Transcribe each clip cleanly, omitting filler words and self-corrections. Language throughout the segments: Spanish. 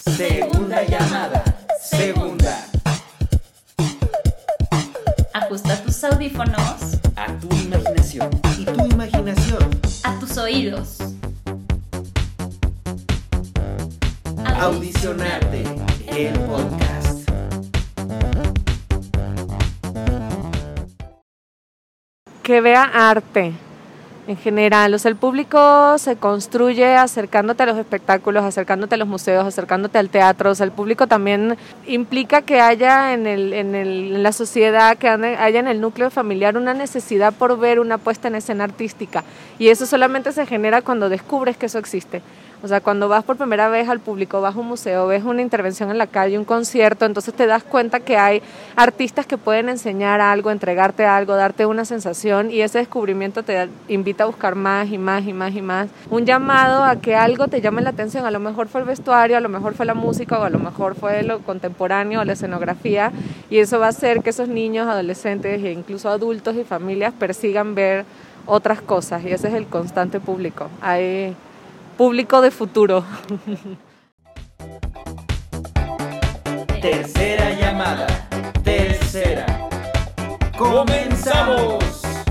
Segunda llamada. Segunda. Ajusta tus audífonos A tu imaginación. Y tu imaginación. a tus oídos. Audicionarte. El podcast. Que vea arte en general. O sea, el público se construye acercándote a los espectáculos, acercándote a los museos, acercándote al teatro. O sea, el público también implica que haya en la sociedad, que haya en el núcleo familiar una necesidad por ver una puesta en escena artística. Y eso solamente se genera cuando descubres que eso existe. O sea, cuando vas por primera vez al público, vas a un museo, ves una intervención en la calle, un concierto, entonces te das cuenta que hay artistas que pueden enseñar algo, entregarte algo, darte una sensación, y ese descubrimiento te invita a buscar más y más y más y más. Un llamado a que algo te llame la atención, a lo mejor fue el vestuario, a lo mejor fue la música, o a lo mejor fue lo contemporáneo, o la escenografía, y eso va a hacer que esos niños, adolescentes e incluso adultos y familias persigan ver otras cosas, y ese es el constante público. Hay público de futuro. Tercera llamada. Tercera. ¡Comenzamos!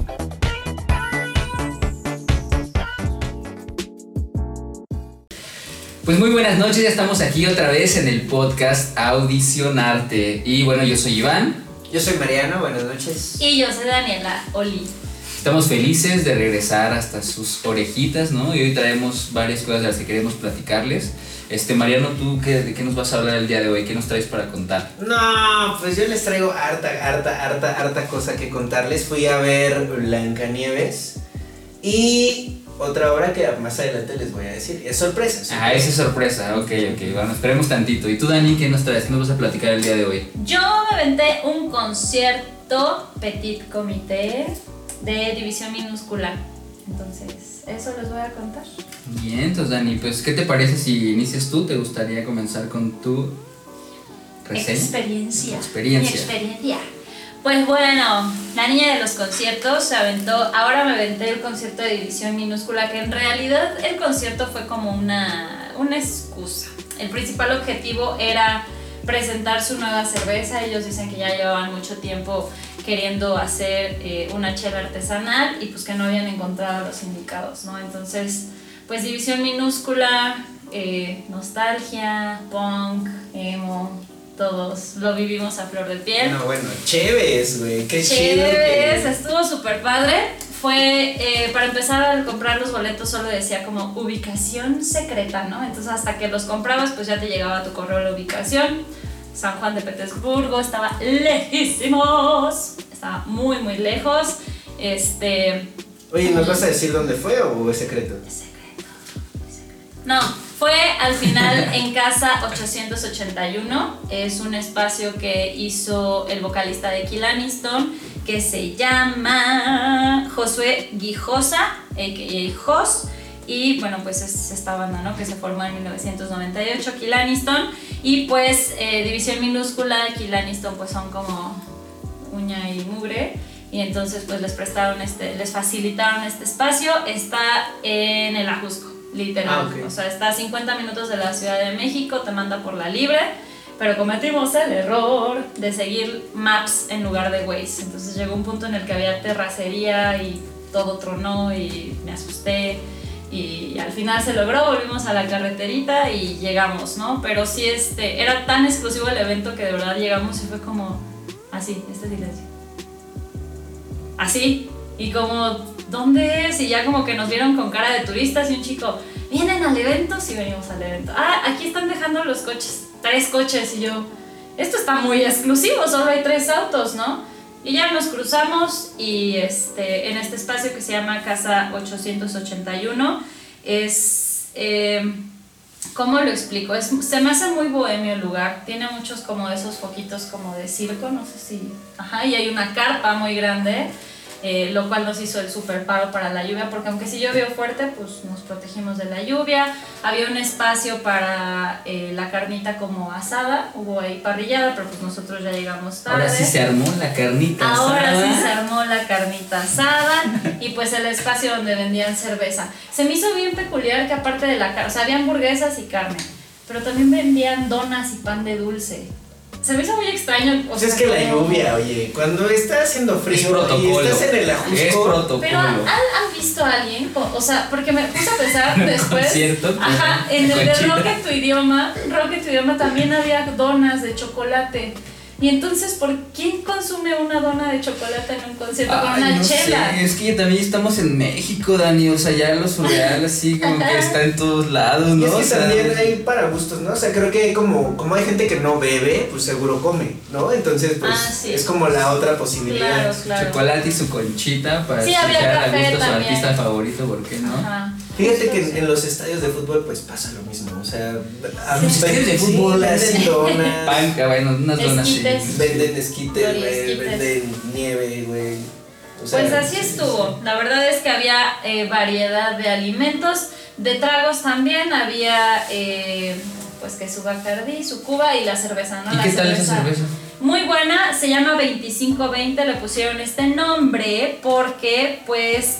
Pues muy buenas noches, ya estamos aquí otra vez en el podcast Audicionarte. Y bueno, yo soy Iván. Yo soy Mariano, buenas noches. Y yo soy Daniela Oli. Estamos felices de regresar hasta sus orejitas, ¿no? Y hoy traemos varias cosas de las que queremos platicarles. Mariano, ¿tú de qué nos vas a hablar el día de hoy? ¿Qué nos traes para contar? No, pues yo les traigo harta cosa que contarles. Fui a ver Blancanieves y otra obra que más adelante les voy a decir. Es sorpresa. Ah, esa es sorpresa, ok, bueno, esperemos tantito. ¿Y tú, Dani, qué nos traes? ¿Qué nos vas a platicar el día de hoy? Yo me aventé un concierto Petit Comité de División Minúscula. Entonces, eso les voy a contar. Bien, entonces, Dani, pues, ¿qué te parece si inicias tú? ¿Te gustaría comenzar con tu reseña? Experiencia. Mi experiencia. Pues bueno, la niña de los conciertos se aventó. Ahora me aventé el concierto de División Minúscula, que en realidad el concierto fue como una excusa. El principal objetivo era presentar su nueva cerveza. Ellos dicen que ya llevaban mucho tiempo queriendo hacer una chela artesanal y pues que no habían encontrado a los indicados, ¿no? Entonces, pues División Minúscula, nostalgia, punk, emo, todos lo vivimos a flor de piel. No, bueno, chéves, güey, qué chido. Chéves, estuvo súper padre. Fue, para empezar a comprar los boletos solo decía como ubicación secreta, ¿no? Entonces hasta que los comprabas pues ya te llegaba a tu correo la ubicación. San Juan de Petersburgo, estaba lejísimos, estaba muy muy lejos. Oye, ¿nos vas a decir dónde fue o es secreto? Es secreto. No, fue al final en Casa 881. Es un espacio que hizo el vocalista de Kill Aniston, que se llama Josué Guijosa, a.k.a. Jos. Y bueno, pues es esta banda, ¿no? Que se formó en 1998, Kill Aniston. Y pues División Minúscula, Kill Aniston pues son como uña y mugre. Y entonces pues les facilitaron este espacio. Está en el Ajusco, literal. Okay. O sea, está a 50 minutos de la Ciudad de México, te manda por la libre. Pero cometimos el error de seguir Maps en lugar de Waze. Entonces llegó un punto en el que había terracería y todo tronó y me asusté. Y al final se logró, volvimos a la carreterita y llegamos, ¿no? Pero sí, era tan exclusivo el evento que de verdad llegamos y fue como así, silencio. Así, y como, ¿dónde es? Y ya como que nos vieron con cara de turistas y un chico, ¿vienen al evento? Sí, venimos al evento. Ah, aquí están dejando los coches, 3 coches. Y yo, esto está muy exclusivo, solo hay 3 autos, ¿no? Y ya nos cruzamos y en este espacio que se llama Casa 881 es, ¿cómo lo explico? Se me hace muy bohemio el lugar, tiene muchos como esos foquitos como de circo, no sé si, y hay una carpa muy grande, lo cual nos hizo el super paro para la lluvia, porque aunque sí llovió fuerte, pues nos protegimos de la lluvia. Había un espacio para la carnita como asada, hubo ahí parrillada, pero pues nosotros ya llegamos tarde. Ahora sí se armó la carnita asada. Ahora sí se armó la carnita asada y pues el espacio donde vendían cerveza. Se me hizo bien peculiar que aparte de la carne, o sea, había hamburguesas y carne, pero también vendían donas y pan de dulce. Se me hizo muy extraño. Pues es que la lluvia, oye, cuando está haciendo frío y estás en el Ajusco. Es protocolo. Pero ¿han visto a alguien? O sea, porque me puse a pensar después. ¿Cierto? Ajá, en el de Rock en tu idioma también había donas de chocolate. Y entonces, ¿por quién consume una dona de chocolate en un concierto con una chela? Sé, es que también estamos en México, Dani, o sea, ya lo surreal así como que está en todos lados, ¿no? Y es que o sea, también hay para gustos, ¿no? O sea, creo que como hay gente que no bebe, pues seguro come, ¿no? Entonces, pues sí. es como la otra posibilidad. Claro. chocolate y su conchita para Sí, había escuchar a café gusto a su también. artista favorito, ¿por qué no? Ajá. Fíjate que en los estadios de fútbol pues pasa lo mismo, o sea, a Los estadios de fútbol venden hacen donas, Panca, bueno, unas donas así. Esquites. venden esquites, güey, Esquites. venden nieve, güey. O sea, Pues así estuvo. La verdad es que había variedad de alimentos, de tragos también. Había pues que su Bacardí, su Cuba y la cerveza, ¿no? ¿Y La qué tal esa cerveza? Muy buena, se llama 2520, le pusieron este nombre porque pues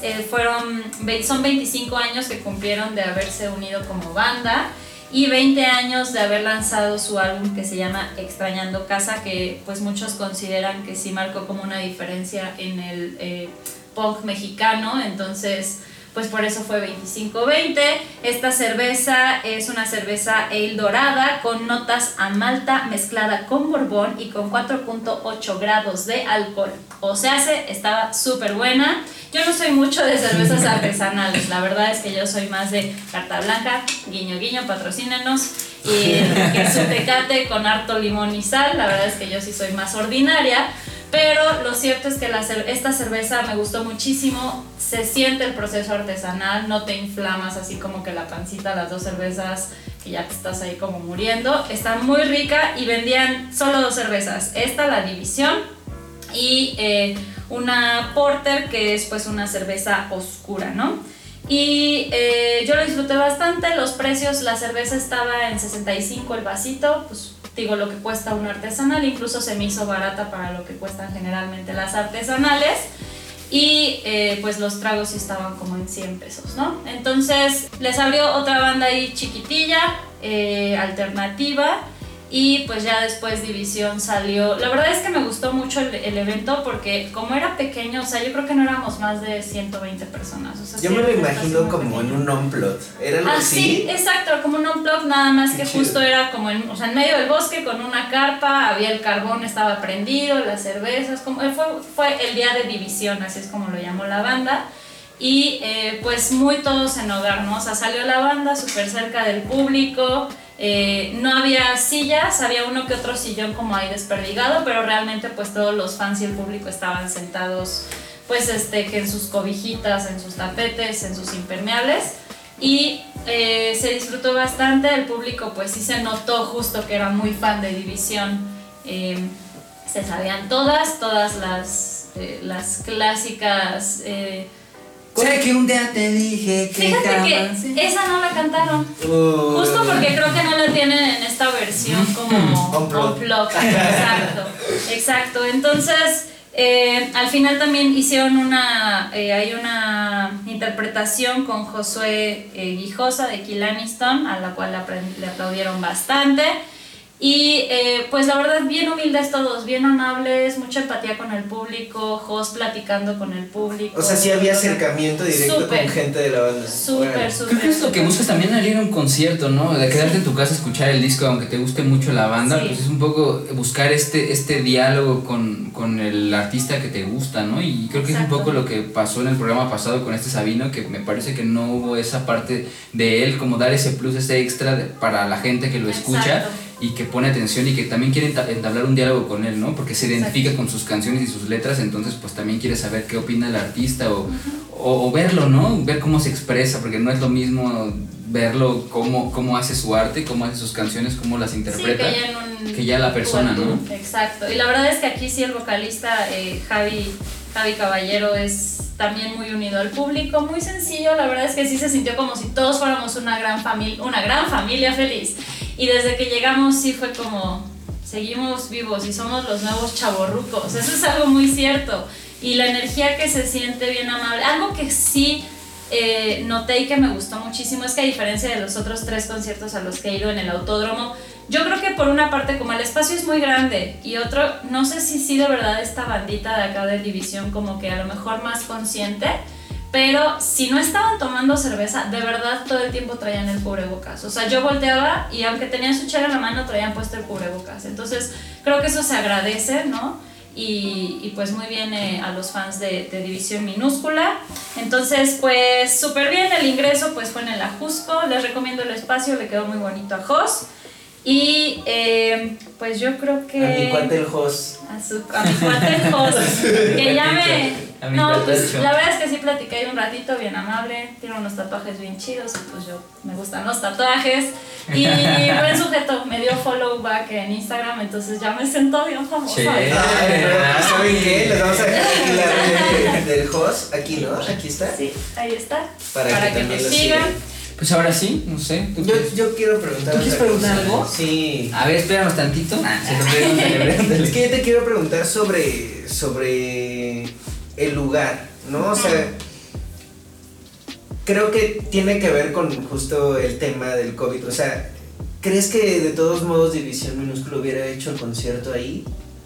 son 25 años que cumplieron de haberse unido como banda y 20 años de haber lanzado su álbum que se llama Extrañando Casa, que pues muchos consideran que sí marcó como una diferencia en el punk mexicano. Entonces pues por eso fue 2520. Esta cerveza es una cerveza ale dorada con notas a malta mezclada con bourbon y con 4.8 grados de alcohol. O sea, estaba súper buena. Yo no soy mucho de cervezas artesanales, la verdad es que yo soy más de Carta Blanca, guiño guiño, patrocínenos, y que es un Tecate con harto limón y sal. La verdad es que yo sí soy más ordinaria. Pero lo cierto es que esta cerveza me gustó muchísimo, se siente el proceso artesanal, no te inflamas así como que la pancita, las 2 cervezas que ya te estás ahí como muriendo. Está muy rica y vendían solo 2 cervezas, esta, la División, y una Porter, que es pues una cerveza oscura, ¿no? Y yo lo disfruté bastante. Los precios, la cerveza estaba en 65 el vasito, pues digo, lo que cuesta una artesanal, incluso se me hizo barata para lo que cuestan generalmente las artesanales. Y pues los tragos sí estaban como en 100 pesos, ¿no? Entonces les abrió otra banda ahí chiquitilla, alternativa. Y pues ya después División salió. La verdad es que me gustó mucho el evento porque como era pequeño, o sea, yo creo que no éramos más de 120 personas. O sea, yo sí, me lo imagino como pequeño. en un unplot. ¿Era algo así? Sí, exacto, como un unplug, nada más que Qué justo chido. era como en medio del bosque con una carpa, había el carbón, estaba prendido, las cervezas, como fue el día de División, así es como lo llamó la banda. Y pues muy todos en hogar, ¿no? O sea, salió la banda súper cerca del público. No había sillas, había uno que otro sillón como ahí desperdigado, pero realmente pues todos los fans y el público estaban sentados pues que en sus cobijitas, en sus tapetes, en sus impermeables, y se disfrutó bastante. El público pues sí se notó justo que era muy fan de División. Se sabían todas las clásicas. Sé que un día te dije que Fíjate jamás- que esa no la cantaron. Justo porque creo que no la tienen en esta versión como unplugged. Exacto. Entonces, al final también hicieron hay una interpretación con Josué Guijosa de Kill Aniston, a la cual le aplaudieron bastante. Y pues la verdad bien humildes todos, bien amables, mucha empatía con el público, Jos platicando con el público. O sea, sí había acercamiento directo Súper. con gente de la banda. Súper. Creo que es lo que buscas también al ir a un concierto, ¿no? De quedarte en tu casa a escuchar el disco, aunque te guste mucho la banda, Sí. pues es un poco buscar este diálogo con el artista que te gusta, ¿no? Y creo que es un Exacto. poco lo que pasó en el programa pasado con este Sabino, que me parece que no hubo esa parte de él, como dar ese plus, ese extra para la gente que lo escucha. Exacto. Y que pone atención y que también quiere entablar un diálogo con él, ¿no? Porque se identifica Exacto. con sus canciones y sus letras, entonces pues también quiere saber qué opina el artista o verlo, ¿no? Ver cómo se expresa, porque no es lo mismo verlo cómo hace su arte, cómo hace sus canciones, cómo las interpreta, que ya la persona, ¿no? Exacto. Y la verdad es que aquí sí el vocalista Javi Caballero es también muy unido al público, muy sencillo. La verdad es que sí se sintió como si todos fuéramos una gran familia feliz. Y desde que llegamos sí fue como, seguimos vivos y somos los nuevos chavorrucos. Eso es algo muy cierto. Y la energía que se siente bien amable. Algo que sí noté y que me gustó muchísimo es que a diferencia de los otros 3 conciertos a los que he ido en el Autódromo, yo creo que por una parte como el espacio es muy grande y otro, no sé si de verdad esta bandita de acá de División como que a lo mejor más consciente, pero si no estaban tomando cerveza, de verdad todo el tiempo traían el cubrebocas. O sea, yo volteaba y aunque tenían su chela en la mano, traían puesto el cubrebocas. Entonces creo que eso se agradece, ¿no? Y pues muy bien a los fans de División Minúscula. Entonces pues súper bien, el ingreso pues fue en el Ajusco, les recomiendo el espacio, le quedó muy bonito a Jos. Y pues yo creo que... A mi cuate el Jos. A mi cuate el Jos, que ya me... No, pues la verdad es que sí platiqué ahí un ratito, bien amable, tiene unos tatuajes bien chidos y pues yo me gustan los tatuajes. Y buen sujeto, me dio follow back en Instagram, entonces ya me siento bien famosa. Sí. Ay, pero, ¿saben qué? Les vamos a dejar aquí la red del Jos, aquí, ¿no? Aquí está. Sí, ahí está. Para que nos también lo sigan. Pues ahora sí, no sé. Yo quiero preguntar. ¿Tú quieres otra preguntar cosa. algo? Sí. A ver, espéranos tantito. Es que yo te quiero preguntar sobre el lugar, ¿no? O sea, creo que tiene que ver con justo el tema del COVID. O sea, ¿crees que de todos modos División Minúscula hubiera hecho el concierto ahí?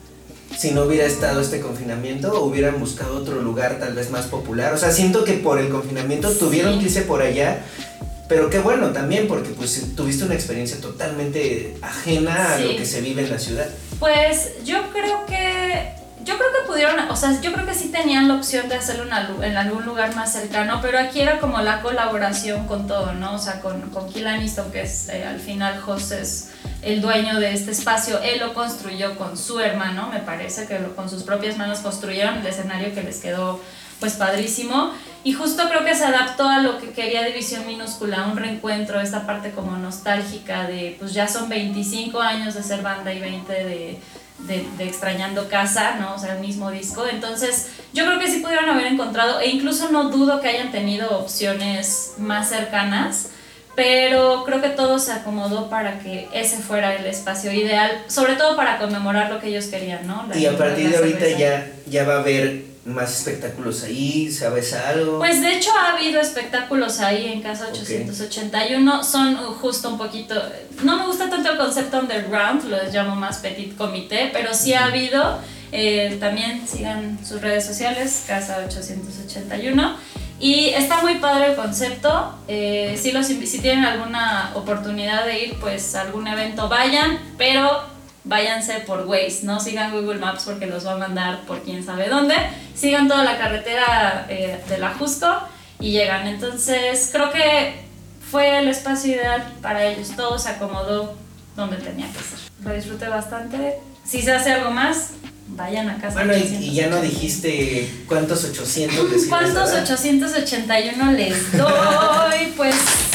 Si no hubiera estado este confinamiento, o hubieran buscado otro lugar tal vez más popular. O sea, siento que por el confinamiento tuvieron que irse por allá. Pero qué bueno también, porque pues tuviste una experiencia totalmente ajena a lo que se vive en la ciudad. Pues yo creo que pudieron, o sea, yo creo que sí tenían la opción de hacerlo en algún lugar más cercano, pero aquí era como la colaboración con todo, ¿no? O sea, con Kill Aniston, que es al final José es el dueño de este espacio, él lo construyó con su hermano, me parece que con sus propias manos construyeron el escenario que les quedó pues padrísimo, y justo creo que se adaptó a lo que quería División Minúscula, un reencuentro, esta parte como nostálgica de pues ya son 25 años de ser banda y 20 de Extrañando Casa, ¿no? O sea, el mismo disco. Entonces yo creo que sí pudieron haber encontrado, e incluso no dudo que hayan tenido opciones más cercanas, pero creo que todo se acomodó para que ese fuera el espacio ideal, sobre todo para conmemorar lo que ellos querían, ¿no? Y a partir de ahorita ya va a haber más espectáculos ahí, ¿sabes algo? Pues de hecho ha habido espectáculos ahí en Casa 881, son justo un poquito, no me gusta tanto el concepto underground, lo llamo más petit comité, pero sí ha habido, también sigan sus redes sociales, Casa 881, y está muy padre el concepto, si tienen alguna oportunidad de ir, pues a algún evento vayan, pero váyanse por Waze, no sigan Google Maps porque los va a mandar por quién sabe dónde, sigan toda la carretera de la Jusco y llegan. Entonces creo que fue el espacio ideal para ellos, todo se acomodó donde tenía que ser. Lo disfruté bastante. Si se hace algo más, vayan a Casa. Bueno, y ya no dijiste cuántos 800 les ibas a dar. ¿Cuántos 881 les doy? Pues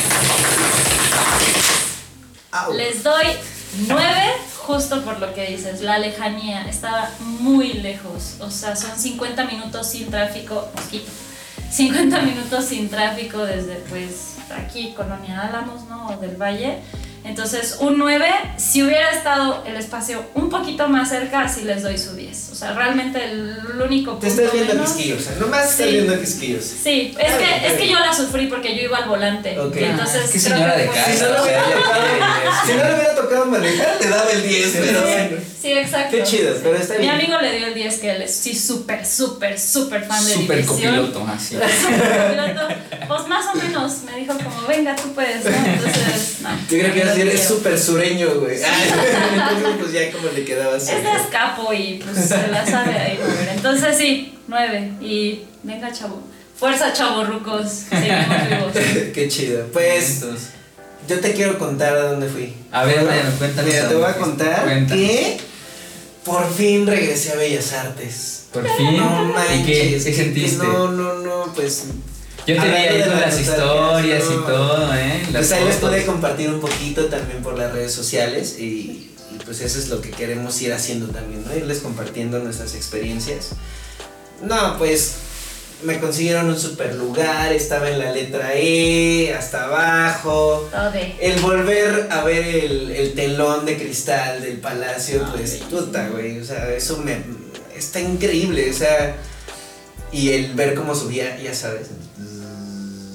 les doy 9. Justo por lo que dices, la lejanía, estaba muy lejos, o sea, son 50 minutos sin tráfico, poquito, 50 minutos sin tráfico desde pues aquí, Colonia Álamos, ¿no? O del Valle. Entonces, un 9, si hubiera estado el espacio un poquito más cerca, sí les doy su 10. O sea, realmente el único punto. Te estás viendo menos, quisquillos, o sea, nomás estás viendo quisquillos. Sí, es que yo la sufrí porque yo iba al volante. Okay. Entonces, es que señora de casa. Si no le hubiera tocado manejar, te daba el 10, pero bueno. Sí, exacto. Qué chido, pero está bien. Mi amigo le dio el 10, que él es sí súper fan de Súper División. copiloto, así. Copiloto. Pues más o menos me dijo como, venga, tú puedes, ¿no? Entonces, no. Yo creo que iba a decir, es súper sureño, güey. Entonces, pues ya como le quedaba así. Es de escapo y pues se la sabe ahí mover. Entonces sí, 9. Y venga, chavo. Fuerza, chavorrucos. Seguimos vivos. Qué chido. Pues, yo te quiero contar a dónde fui. A ver, bueno, cuéntanos. Mira, te voy a contar Cuéntanos. que por fin regresé a Bellas Artes. Por fin. No manches. ¿Y qué sentiste? No, pues. Yo te vi hablando ahí de con las historias no. y todo, Pues las ahí les fotos. pude compartir un poquito también por las redes sociales y pues eso es lo que queremos ir haciendo también, ¿no? Irles compartiendo nuestras experiencias. No, pues me consiguieron un super lugar, estaba en la letra E, hasta abajo. Todo de. El volver a ver el telón de cristal del palacio, pues puta, güey, o sea, eso está increíble, o sea, y el ver cómo subía, ya sabes.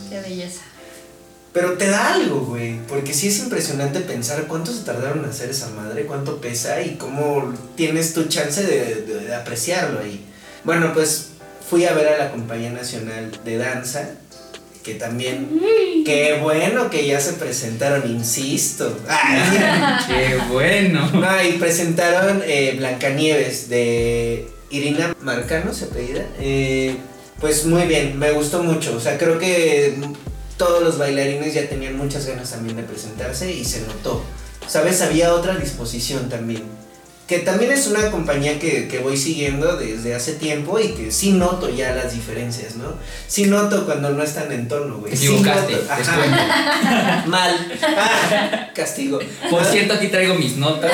Qué belleza. Pero te da algo, güey, porque sí es impresionante pensar cuánto se tardaron en hacer esa madre, cuánto pesa y cómo tienes tu chance de apreciarlo ahí. Bueno, pues fui a ver a la Compañía Nacional de Danza, que también, qué bueno que ya se presentaron, insisto. ¡Qué bueno! No, y presentaron Blancanieves de Irina Marcano, se apellida. Pues muy bien, me gustó mucho, o sea, creo que todos los bailarines ya tenían muchas ganas también de presentarse y se notó. ¿Sabes? Había otra disposición también. Que también es una compañía que voy siguiendo desde hace tiempo y que sí noto ya las diferencias, ¿no? Sí noto cuando no están en tono, güey. Te equivocaste, sí descuento. Mal. Castigo. Por cierto, aquí traigo mis notas.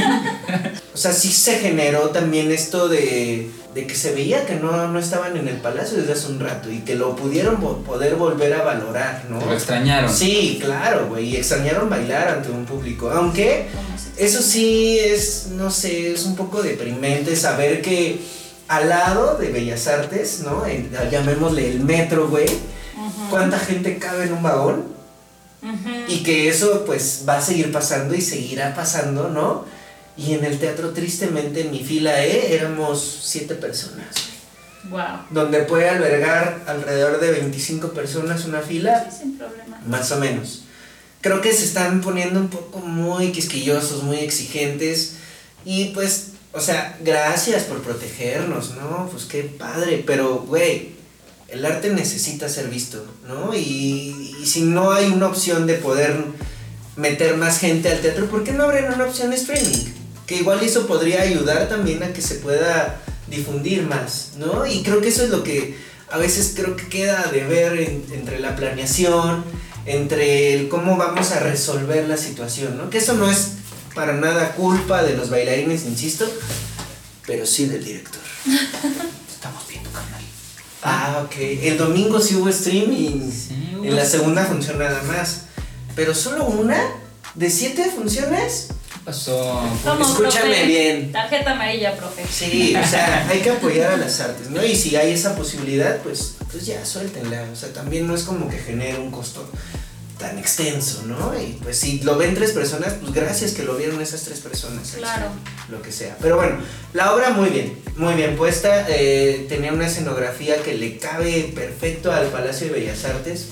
O sea, sí se generó también esto de que se veía que no estaban en el palacio desde hace un rato y que lo pudieron poder volver a valorar, ¿no? Lo extrañaron. Sí, claro, güey, y extrañaron bailar ante un público, aunque eso sí es, no sé, es un poco deprimente saber que al lado de Bellas Artes, ¿no? Llamémosle el metro, güey, cuánta gente cabe en un vagón y que eso pues va a seguir pasando y seguirá pasando, ¿no? Y en el teatro, tristemente, en mi fila éramos 7 personas. Wow. Donde puede albergar alrededor de 25 personas una fila. Sí, sin problema. Más o menos. Creo que se están poniendo un poco muy quisquillosos, muy exigentes. Y pues, o sea, gracias por protegernos, ¿no? Pues qué padre. Pero, güey, el arte necesita ser visto, ¿no? Y si no hay una opción de poder meter más gente al teatro, ¿por qué no abren una opción de streaming? Que igual eso podría ayudar también a que se pueda difundir más, ¿no? Y creo que eso es lo que a veces creo que queda de ver entre la planeación, entre el cómo vamos a resolver la situación, ¿no? Que eso no es para nada culpa de los bailarines, insisto, pero sí del director. Estamos viendo, carnal. Ah, ok. El domingo sí hubo streaming, Sí, hubo en la segunda función nada más. Pero solo una de 7 funciones. ¿Qué pasó? ¿Cómo, Escúchame profe? bien. Tarjeta amarilla, profe. Sí, o sea, hay que apoyar a las artes, ¿no? Y si hay esa posibilidad, pues ya, suéltenla. O sea, también no es como que genere un costo tan extenso, ¿no? Y pues si lo ven 3 personas, pues gracias que lo vieron esas 3 personas. Claro. Lo que sea. Pero bueno, la obra muy bien puesta. Tenía una escenografía que le cabe perfecto al Palacio de Bellas Artes.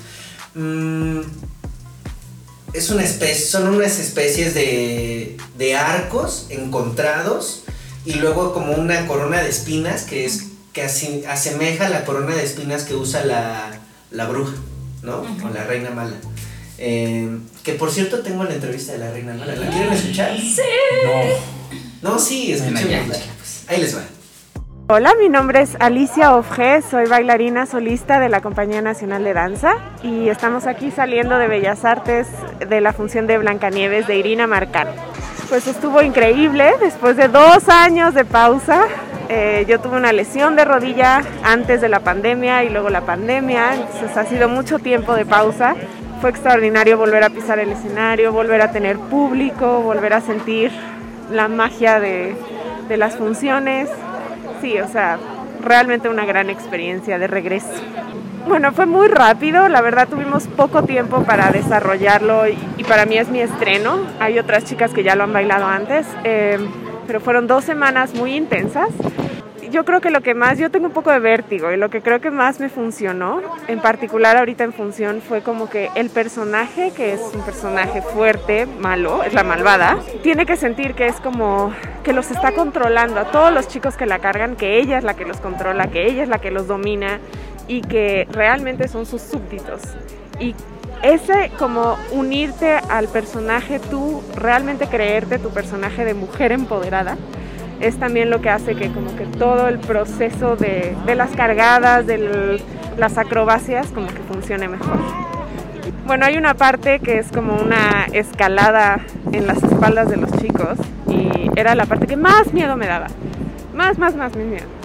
Son unas especies de arcos encontrados y luego como una corona de espinas que asemeja la corona de espinas que usa la bruja, ¿no? O la reina mala. Que por cierto tengo la entrevista de la reina mala. ¿La quieren escuchar? Sí. No, sí, escúchenla. Ahí les va. Hola, mi nombre es Alicia Ofge, soy bailarina solista de la Compañía Nacional de Danza y estamos aquí saliendo de Bellas Artes de la función de Blancanieves de Irina Marcano. Pues estuvo increíble, después de 2 años de pausa. Yo tuve una lesión de rodilla antes de la pandemia y luego la pandemia, entonces ha sido mucho tiempo de pausa. Fue extraordinario volver a pisar el escenario, volver a tener público, volver a sentir la magia de las funciones. Sí, o sea, realmente una gran experiencia de regreso. Bueno, fue muy rápido, la verdad tuvimos poco tiempo para desarrollarlo y para mí es mi estreno. Hay otras chicas que ya lo han bailado antes, pero fueron 2 semanas muy intensas. Yo creo que yo tengo un poco de vértigo y lo que creo que más me funcionó, en particular ahorita en función, fue como que el personaje, que es un personaje fuerte, malo, es la malvada, tiene que sentir que es como que los está controlando a todos los chicos que la cargan, que ella es la que los controla, que ella es la que los domina y que realmente son sus súbditos. Y ese como unirte al personaje, tú realmente creerte tu personaje de mujer empoderada, es también lo que hace que como que todo el proceso de las cargadas, de las acrobacias, como que funcione mejor. Bueno, hay una parte que es como una escalada en las espaldas de los chicos y era la parte que más miedo me daba, más miedo.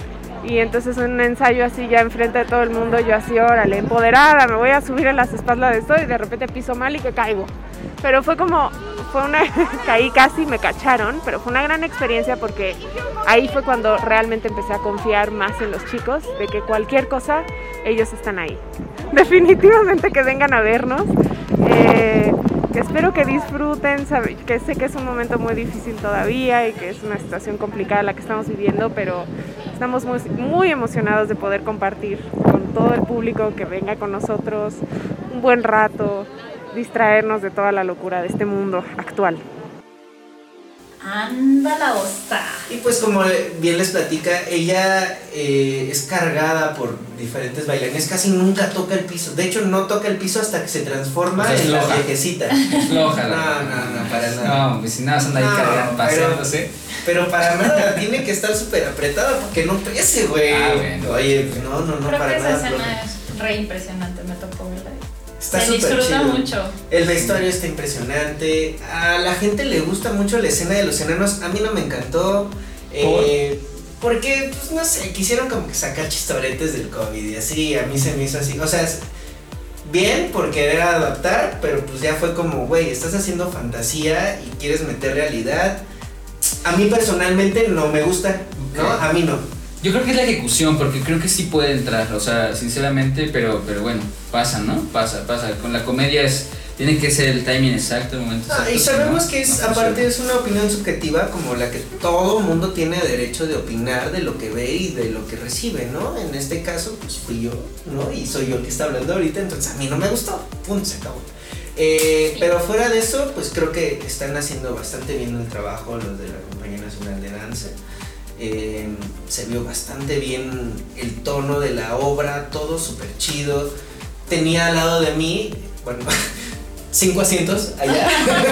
Y entonces un ensayo así ya enfrente de todo el mundo, yo así, órale, empoderada, me voy a subir en las espaldas de esto y de repente piso mal y que caigo. Pero caí casi, me cacharon, pero fue una gran experiencia porque ahí fue cuando realmente empecé a confiar más en los chicos, de que cualquier cosa, ellos están ahí. Definitivamente que vengan a vernos, que espero que disfruten, que sé que es un momento muy difícil todavía y que es una situación complicada la que estamos viviendo, pero estamos muy, muy emocionados de poder compartir con todo el público que venga con nosotros un buen rato, distraernos de toda la locura de este mundo actual. Anda la osta. Y pues como bien les platica, ella es cargada por diferentes bailarines, casi nunca toca el piso. De hecho, no toca el piso hasta que se transforma en la viejecita. Floja. No, para nada. No, pues si nada, son ahí cargando, paseándose. Pero para nada, tiene que estar súper apretada porque no pese, güey. Bueno. Oye, no, Creo para que esa nada. escena es re impresionante, me tocó verla. Está Se súper disfruta chido. mucho. El vestuario está impresionante. A la gente le gusta mucho la escena de los enanos. A mí no me encantó. Porque, pues no sé, quisieron como que sacar chistoretes del COVID y así. A mí se me hizo así. O sea, bien por querer adaptar, pero pues ya fue como, güey, estás haciendo fantasía y quieres meter realidad. A mí personalmente no me gusta, ¿no? Okay. A mí no. Yo creo que es la ejecución, porque creo que sí puede entrar, o sea, sinceramente, pero bueno, pasa, ¿no? Pasa. Con la comedia tiene que ser el timing exacto, el momento exacto. Y sabemos que no aparte es una opinión subjetiva como la que todo mundo tiene derecho de opinar de lo que ve y de lo que recibe, ¿no? En este caso, pues fui yo, ¿no? Y soy yo el que está hablando ahorita, entonces a mí no me gustó, punto, se acabó. Pero fuera de eso, pues creo que están haciendo bastante bien el trabajo los de la Compañía Nacional de Danza. Se vio bastante bien el tono de la obra, todo súper chido. Tenía al lado de mí, bueno, 5 asientos allá.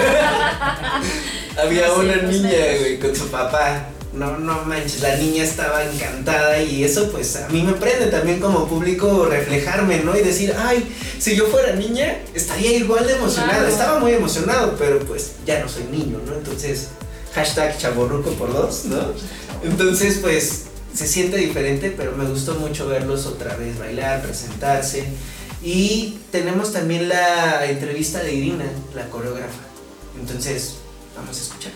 Había una niña, güey, con su papá. No manches, la niña estaba encantada y eso pues a mí me prende también como público reflejarme, ¿no? Y decir, ay, si yo fuera niña estaría igual de emocionado. Claro. Estaba muy emocionado, pero pues ya no soy niño, ¿no? Entonces, #chavorruco por 2, ¿no? Entonces pues se siente diferente, pero me gustó mucho verlos otra vez bailar, presentarse. Y tenemos también la entrevista de Irina, la coreógrafa. Entonces, vamos a escucharla.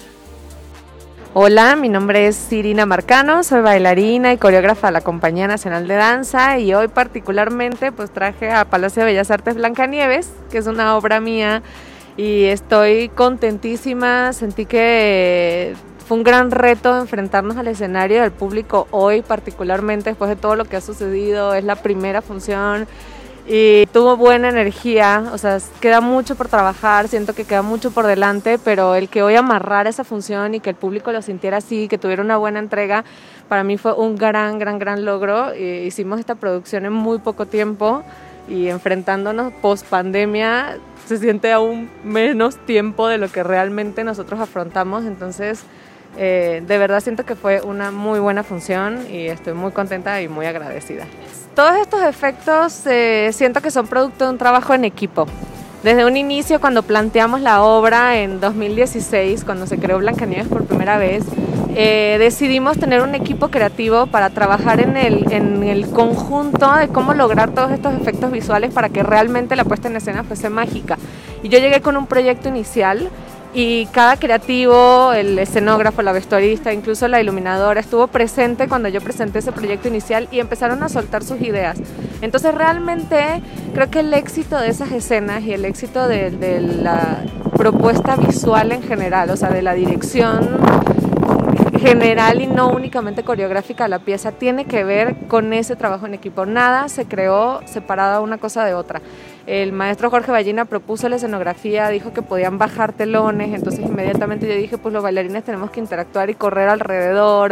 Hola, mi nombre es Irina Marcano, soy bailarina y coreógrafa de la Compañía Nacional de Danza y hoy particularmente pues traje a Palacio de Bellas Artes Blancanieves, que es una obra mía y estoy contentísima, sentí que fue un gran reto enfrentarnos al escenario del público hoy particularmente después de todo lo que ha sucedido, es la primera función. Y tuvo buena energía, o sea, queda mucho por trabajar, siento que queda mucho por delante, pero el que hoy amarrara esa función y que el público lo sintiera así, que tuviera una buena entrega, para mí fue un gran logro. Hicimos esta producción en muy poco tiempo y enfrentándonos post pandemia se siente aún menos tiempo de lo que realmente nosotros afrontamos, entonces de verdad siento que fue una muy buena función y estoy muy contenta y muy agradecida. Todos estos efectos siento que son producto de un trabajo en equipo. Desde un inicio, cuando planteamos la obra en 2016, cuando se creó Blancanieves por primera vez, decidimos tener un equipo creativo para trabajar en el conjunto de cómo lograr todos estos efectos visuales para que realmente la puesta en escena fuese mágica. Y yo llegué con un proyecto inicial y cada creativo, el escenógrafo, la vestuarista, incluso la iluminadora, estuvo presente cuando yo presenté ese proyecto inicial y empezaron a soltar sus ideas. Entonces realmente creo que el éxito de esas escenas y el éxito de la propuesta visual en general, o sea, de la dirección general y no únicamente coreográfica de la pieza, tiene que ver con ese trabajo en equipo. Nada se creó separada una cosa de otra. El maestro Jorge Ballina propuso la escenografía, dijo que podían bajar telones, entonces inmediatamente yo dije, pues los bailarines tenemos que interactuar y correr alrededor.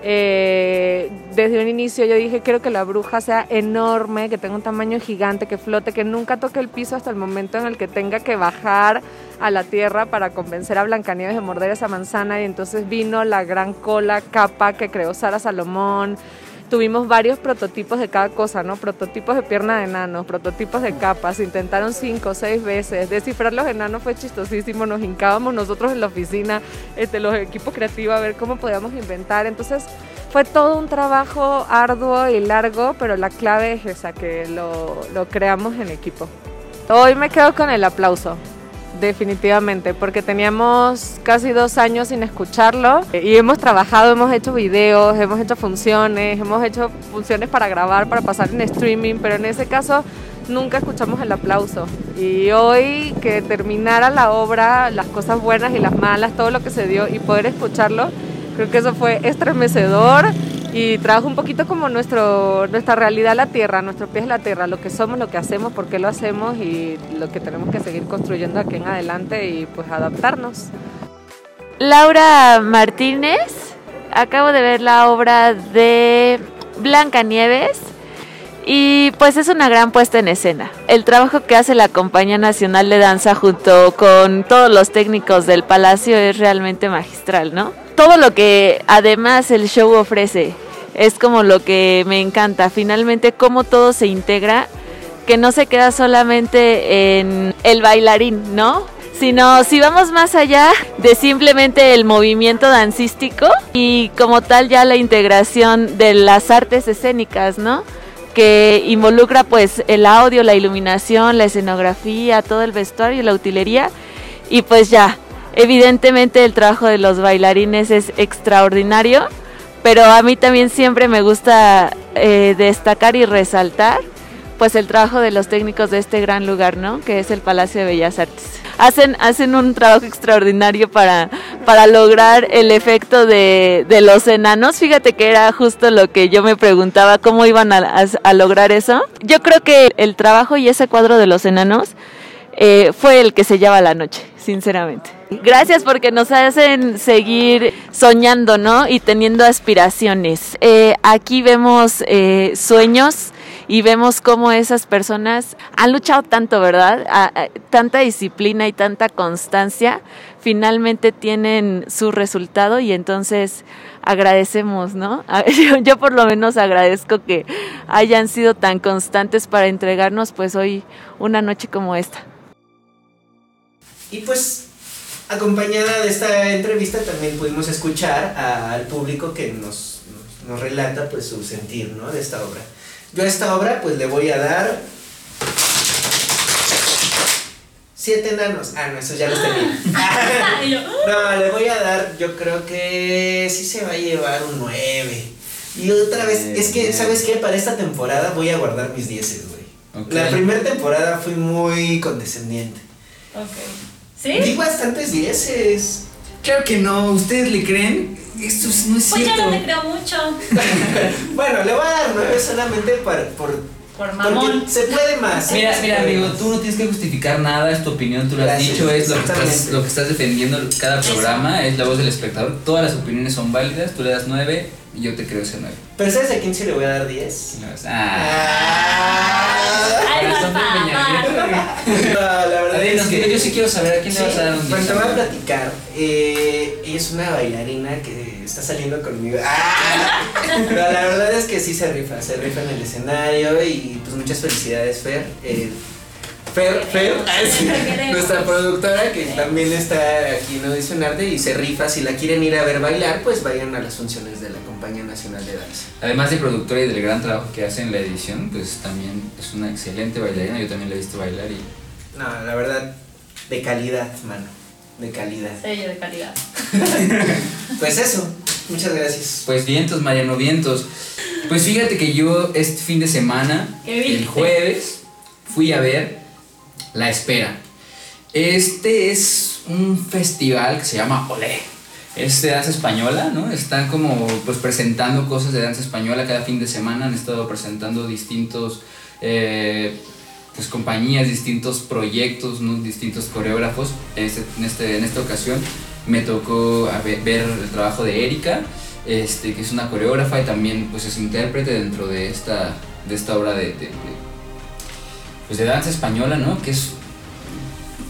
Desde un inicio yo dije, quiero que la bruja sea enorme, que tenga un tamaño gigante, que flote, que nunca toque el piso hasta el momento en el que tenga que bajar a la tierra para convencer a Blancanieves de morder esa manzana, y entonces vino la gran cola capa que creó Sara Salomón. tuvimos varios prototipos de cada cosa, ¿no? Prototipos de pierna de enanos, prototipos de capas, se intentaron 5 o 6 veces, descifrar los enanos fue chistosísimo, nos hincábamos nosotros en la oficina, los equipos creativos a ver cómo podíamos inventar, entonces fue todo un trabajo arduo y largo, pero la clave es esa, que lo creamos en equipo. Hoy me quedo con el aplauso. Definitivamente, porque teníamos casi 2 años sin escucharlo y hemos trabajado, hemos hecho videos, hemos hecho funciones para grabar, para pasar en streaming, pero en ese caso nunca escuchamos el aplauso. Y hoy que terminara la obra, las cosas buenas y las malas, todo lo que se dio y poder escucharlo, creo que eso fue estremecedor y trajo un poquito como nuestra realidad la tierra, nuestro pie es la tierra, lo que somos, lo que hacemos, por qué lo hacemos y lo que tenemos que seguir construyendo aquí en adelante y pues adaptarnos. Laura Martínez, acabo de ver la obra de Blancanieves y pues es una gran puesta en escena. El trabajo que hace la Compañía Nacional de Danza junto con todos los técnicos del Palacio es realmente magistral, ¿no? Todo lo que además el show ofrece es como lo que me encanta, finalmente cómo todo se integra, que no se queda solamente en el bailarín, ¿no? Sino si vamos más allá de simplemente el movimiento dancístico y como tal ya la integración de las artes escénicas, ¿no? Que involucra pues el audio, la iluminación, la escenografía, todo el vestuario y la utilería y pues ya. Evidentemente el trabajo de los bailarines es extraordinario, pero a mí también siempre me gusta destacar y resaltar pues el trabajo de los técnicos de este gran lugar, ¿no? Que es el Palacio de Bellas Artes. Hacen un trabajo extraordinario para lograr el efecto de los enanos. Fíjate que era justo lo que yo me preguntaba, cómo iban a lograr eso. Yo creo que el trabajo y ese cuadro de los enanos fue el que se lleva la noche, sinceramente. Gracias porque nos hacen seguir soñando, ¿no? Y teniendo aspiraciones. Aquí vemos sueños y vemos cómo esas personas han luchado tanto, ¿verdad? Tanta disciplina y tanta constancia, finalmente tienen su resultado y entonces agradecemos, ¿no? Yo por lo menos agradezco que hayan sido tan constantes para entregarnos pues hoy una noche como esta. Y pues acompañada de esta entrevista también pudimos escuchar al público que nos relata pues su sentir, ¿no? De esta obra. Yo a esta obra pues le voy a dar 7 enanos. No, esos ya los tenía. No, le voy a dar, yo creo que sí se va a llevar un 9. Y otra vez, es que, ¿sabes qué? Para esta temporada voy a guardar mis 10, güey. Okay. La primera temporada fui muy condescendiente. Ok. ¿Sí? Di bastantes 10. Claro que no, ¿ustedes le creen? Esto no es cierto. Pues yo no le creo mucho. Bueno, le voy a dar 9 solamente por mamón. Porque se puede más. Mira, amigo, tú no tienes que justificar nada, es tu opinión, tú lo has dicho, es lo que estás defendiendo cada programa, es la voz del espectador. Todas las opiniones son válidas, tú le das 9 y yo te creo ese 9. ¿Pero sabes a quién sí le voy a dar 10? La verdad es que yo sí quiero saber a quién le vas a dar un 10. Pues te voy a platicar. Ella es una bailarina que está saliendo conmigo. Pero la verdad es que sí se rifa en el escenario y pues muchas felicidades, Fer. Fer, nuestra productora que también está aquí en Audición Arte y se rifa. Si la quieren ir a ver bailar, pues vayan a las funciones de la Compañía Nacional de Danza. Además de productora y del gran trabajo que hace en la edición, pues también es una excelente bailarina. Yo también la he visto bailar y... No, la verdad, de calidad, mano. De calidad. Sello de calidad. Pues eso, muchas gracias. Pues vientos, Mariano, vientos. Pues fíjate que yo este fin de semana, el jueves, fui a ver La Espera. Este es un festival que se llama Olé. Es de danza española, ¿no? Están como pues presentando cosas de danza española cada fin de semana. Han estado presentando distintos pues compañías, distintos proyectos, ¿no? Distintos coreógrafos. En esta ocasión me tocó ver el trabajo de Erika, que es una coreógrafa y también pues es intérprete dentro de esta obra de danza española, ¿no? Que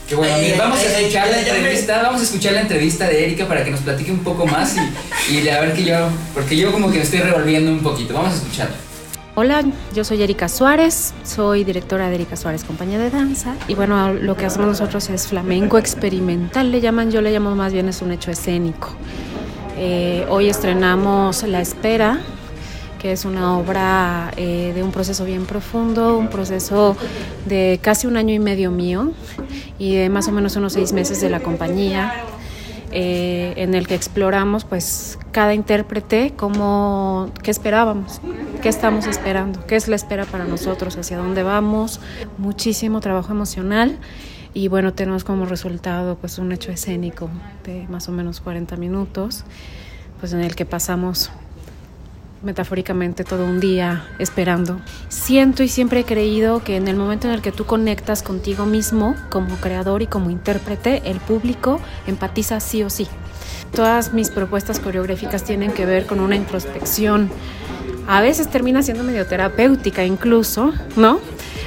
Que bueno, vamos a escuchar la entrevista de Erika para que nos platique un poco más y a ver porque yo como que me estoy revolviendo un poquito. Vamos a escucharla. Hola, yo soy Erika Suárez, soy directora de Erika Suárez Compañía de Danza y bueno, lo que hacemos nosotros es flamenco experimental, yo le llamo más bien es un hecho escénico. Hoy estrenamos La Espera, que es una obra de un proceso bien profundo, un proceso de casi 1 año y medio mío y de más o menos unos 6 meses de la compañía, en el que exploramos pues cada intérprete qué esperábamos, qué estamos esperando, qué es la espera para nosotros, hacia dónde vamos, muchísimo trabajo emocional y bueno, tenemos como resultado pues un hecho escénico de más o menos 40 minutos, pues en el que pasamos metafóricamente todo un día esperando. Siento y siempre he creído que en el momento en el que tú conectas contigo mismo como creador y como intérprete, el público empatiza sí o sí. Todas mis propuestas coreográficas tienen que ver con una introspección. A veces termina siendo medio terapéutica incluso, ¿no?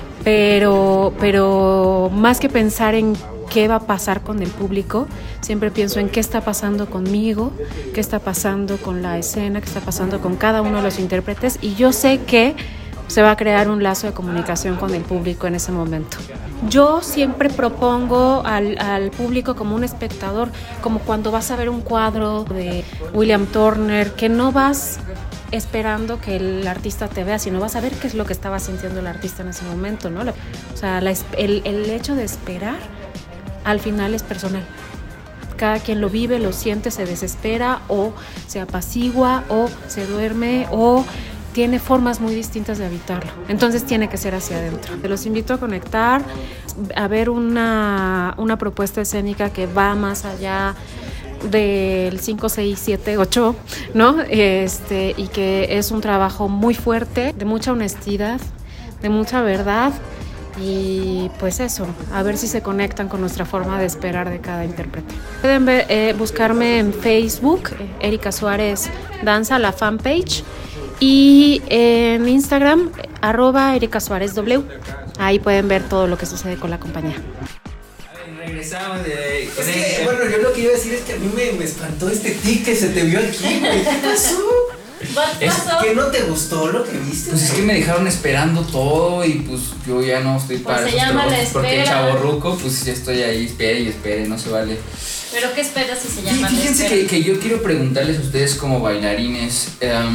Pero más que pensar en qué va a pasar con el público, siempre pienso en qué está pasando conmigo, qué está pasando con la escena, qué está pasando con cada uno de los intérpretes y yo sé que se va a crear un lazo de comunicación con el público en ese momento. Yo siempre propongo al público como un espectador, como cuando vas a ver un cuadro de William Turner, que no vas esperando que el artista te vea, sino vas a ver qué es lo que estaba sintiendo el artista en ese momento, ¿no? O sea, el hecho de esperar al final es personal. Cada quien lo vive, lo siente, se desespera o se apacigua o se duerme o tiene formas muy distintas de habitarlo. Entonces tiene que ser hacia adentro. Los invito a conectar, a ver una propuesta escénica que va más allá del 5, 6, 7, 8, ¿no? Y que es un trabajo muy fuerte, de mucha honestidad, de mucha verdad. Y pues eso, a ver si se conectan con nuestra forma de esperar de cada intérprete. Pueden buscarme en Facebook, Erika Suárez Danza, la fanpage, y en Instagram, @ErikaSuárezW. Ahí pueden ver todo lo que sucede con la compañía. Regresamos bueno, yo lo que iba a decir es que a mí me espantó este tic que se te vio aquí, güey. ¿Qué pasó? ¿Qué no te gustó lo que viste? Pues es que me dejaron esperando todo y pues yo ya no estoy para esos trabajos porque chavorruco, pues ya estoy ahí, espere, no se vale. ¿Pero qué esperas si se llama? Fíjense que yo quiero preguntarles a ustedes como bailarines,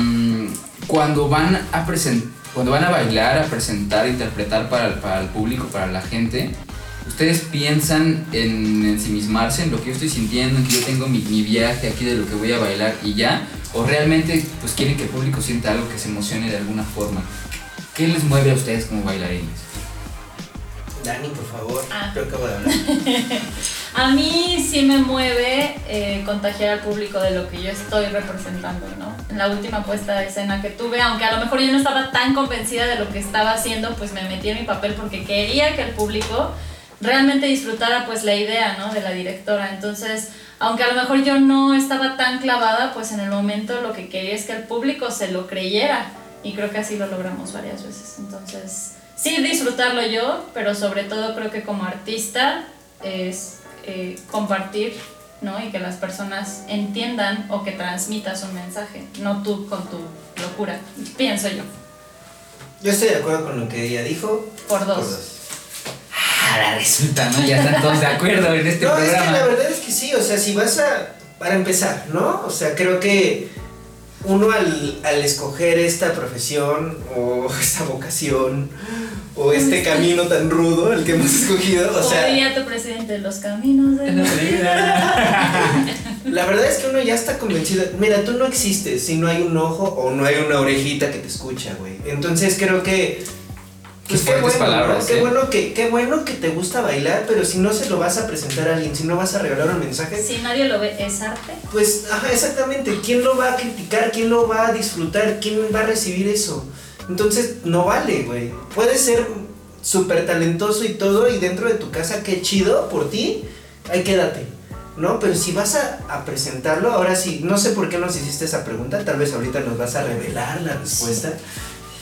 cuando van a bailar, a presentar, a interpretar para el público, para la gente, ¿ustedes piensan en ensimismarse en lo que yo estoy sintiendo, en que yo tengo mi viaje aquí de lo que voy a bailar y ya? ¿O realmente pues quieren que el público sienta algo, que se emocione de alguna forma? ¿Qué les mueve a ustedes como bailarines? Dani, por favor, yo acabo de hablar. A mí sí me mueve contagiar al público de lo que yo estoy representando, ¿no? En la última puesta de escena que tuve, aunque a lo mejor yo no estaba tan convencida de lo que estaba haciendo, pues me metí en mi papel porque quería que el público realmente disfrutara pues la idea, ¿no? De la directora. Entonces, aunque a lo mejor yo no estaba tan clavada, pues en el momento lo que quería es que el público se lo creyera y creo que así lo logramos varias veces. Entonces, sí disfrutarlo yo, pero sobre todo creo que como artista es compartir, ¿no? Y que las personas entiendan o que transmitas un mensaje, no tú con tu locura, pienso yo. Yo estoy de acuerdo con lo que ella dijo. Por dos. Ahora resulta, ¿no? Ya están todos de acuerdo en este programa. No, es que la verdad es que sí, o sea, si vas para empezar, ¿no? O sea, creo que uno al escoger esta profesión o esta vocación o este camino tan rudo, el que hemos escogido, o sea... Podría tu presidente, los caminos de la vida. La verdad es que uno ya está convencido. Mira, tú no existes si no hay un ojo o no hay una orejita que te escucha, güey. Entonces creo que... Pues qué bueno, palabras, ¿no? Qué bueno que te gusta bailar, pero si no se lo vas a presentar a alguien, si no vas a regalar un mensaje... Si nadie lo ve, ¿es arte? Pues, ajá, exactamente. ¿Quién lo va a criticar? ¿Quién lo va a disfrutar? ¿Quién va a recibir eso? Entonces, no vale, güey. Puedes ser súper talentoso y todo, y dentro de tu casa, qué chido por ti, ahí quédate, ¿no? Pero si vas a presentarlo, ahora sí, no sé por qué nos hiciste esa pregunta, tal vez ahorita nos vas a revelar la respuesta.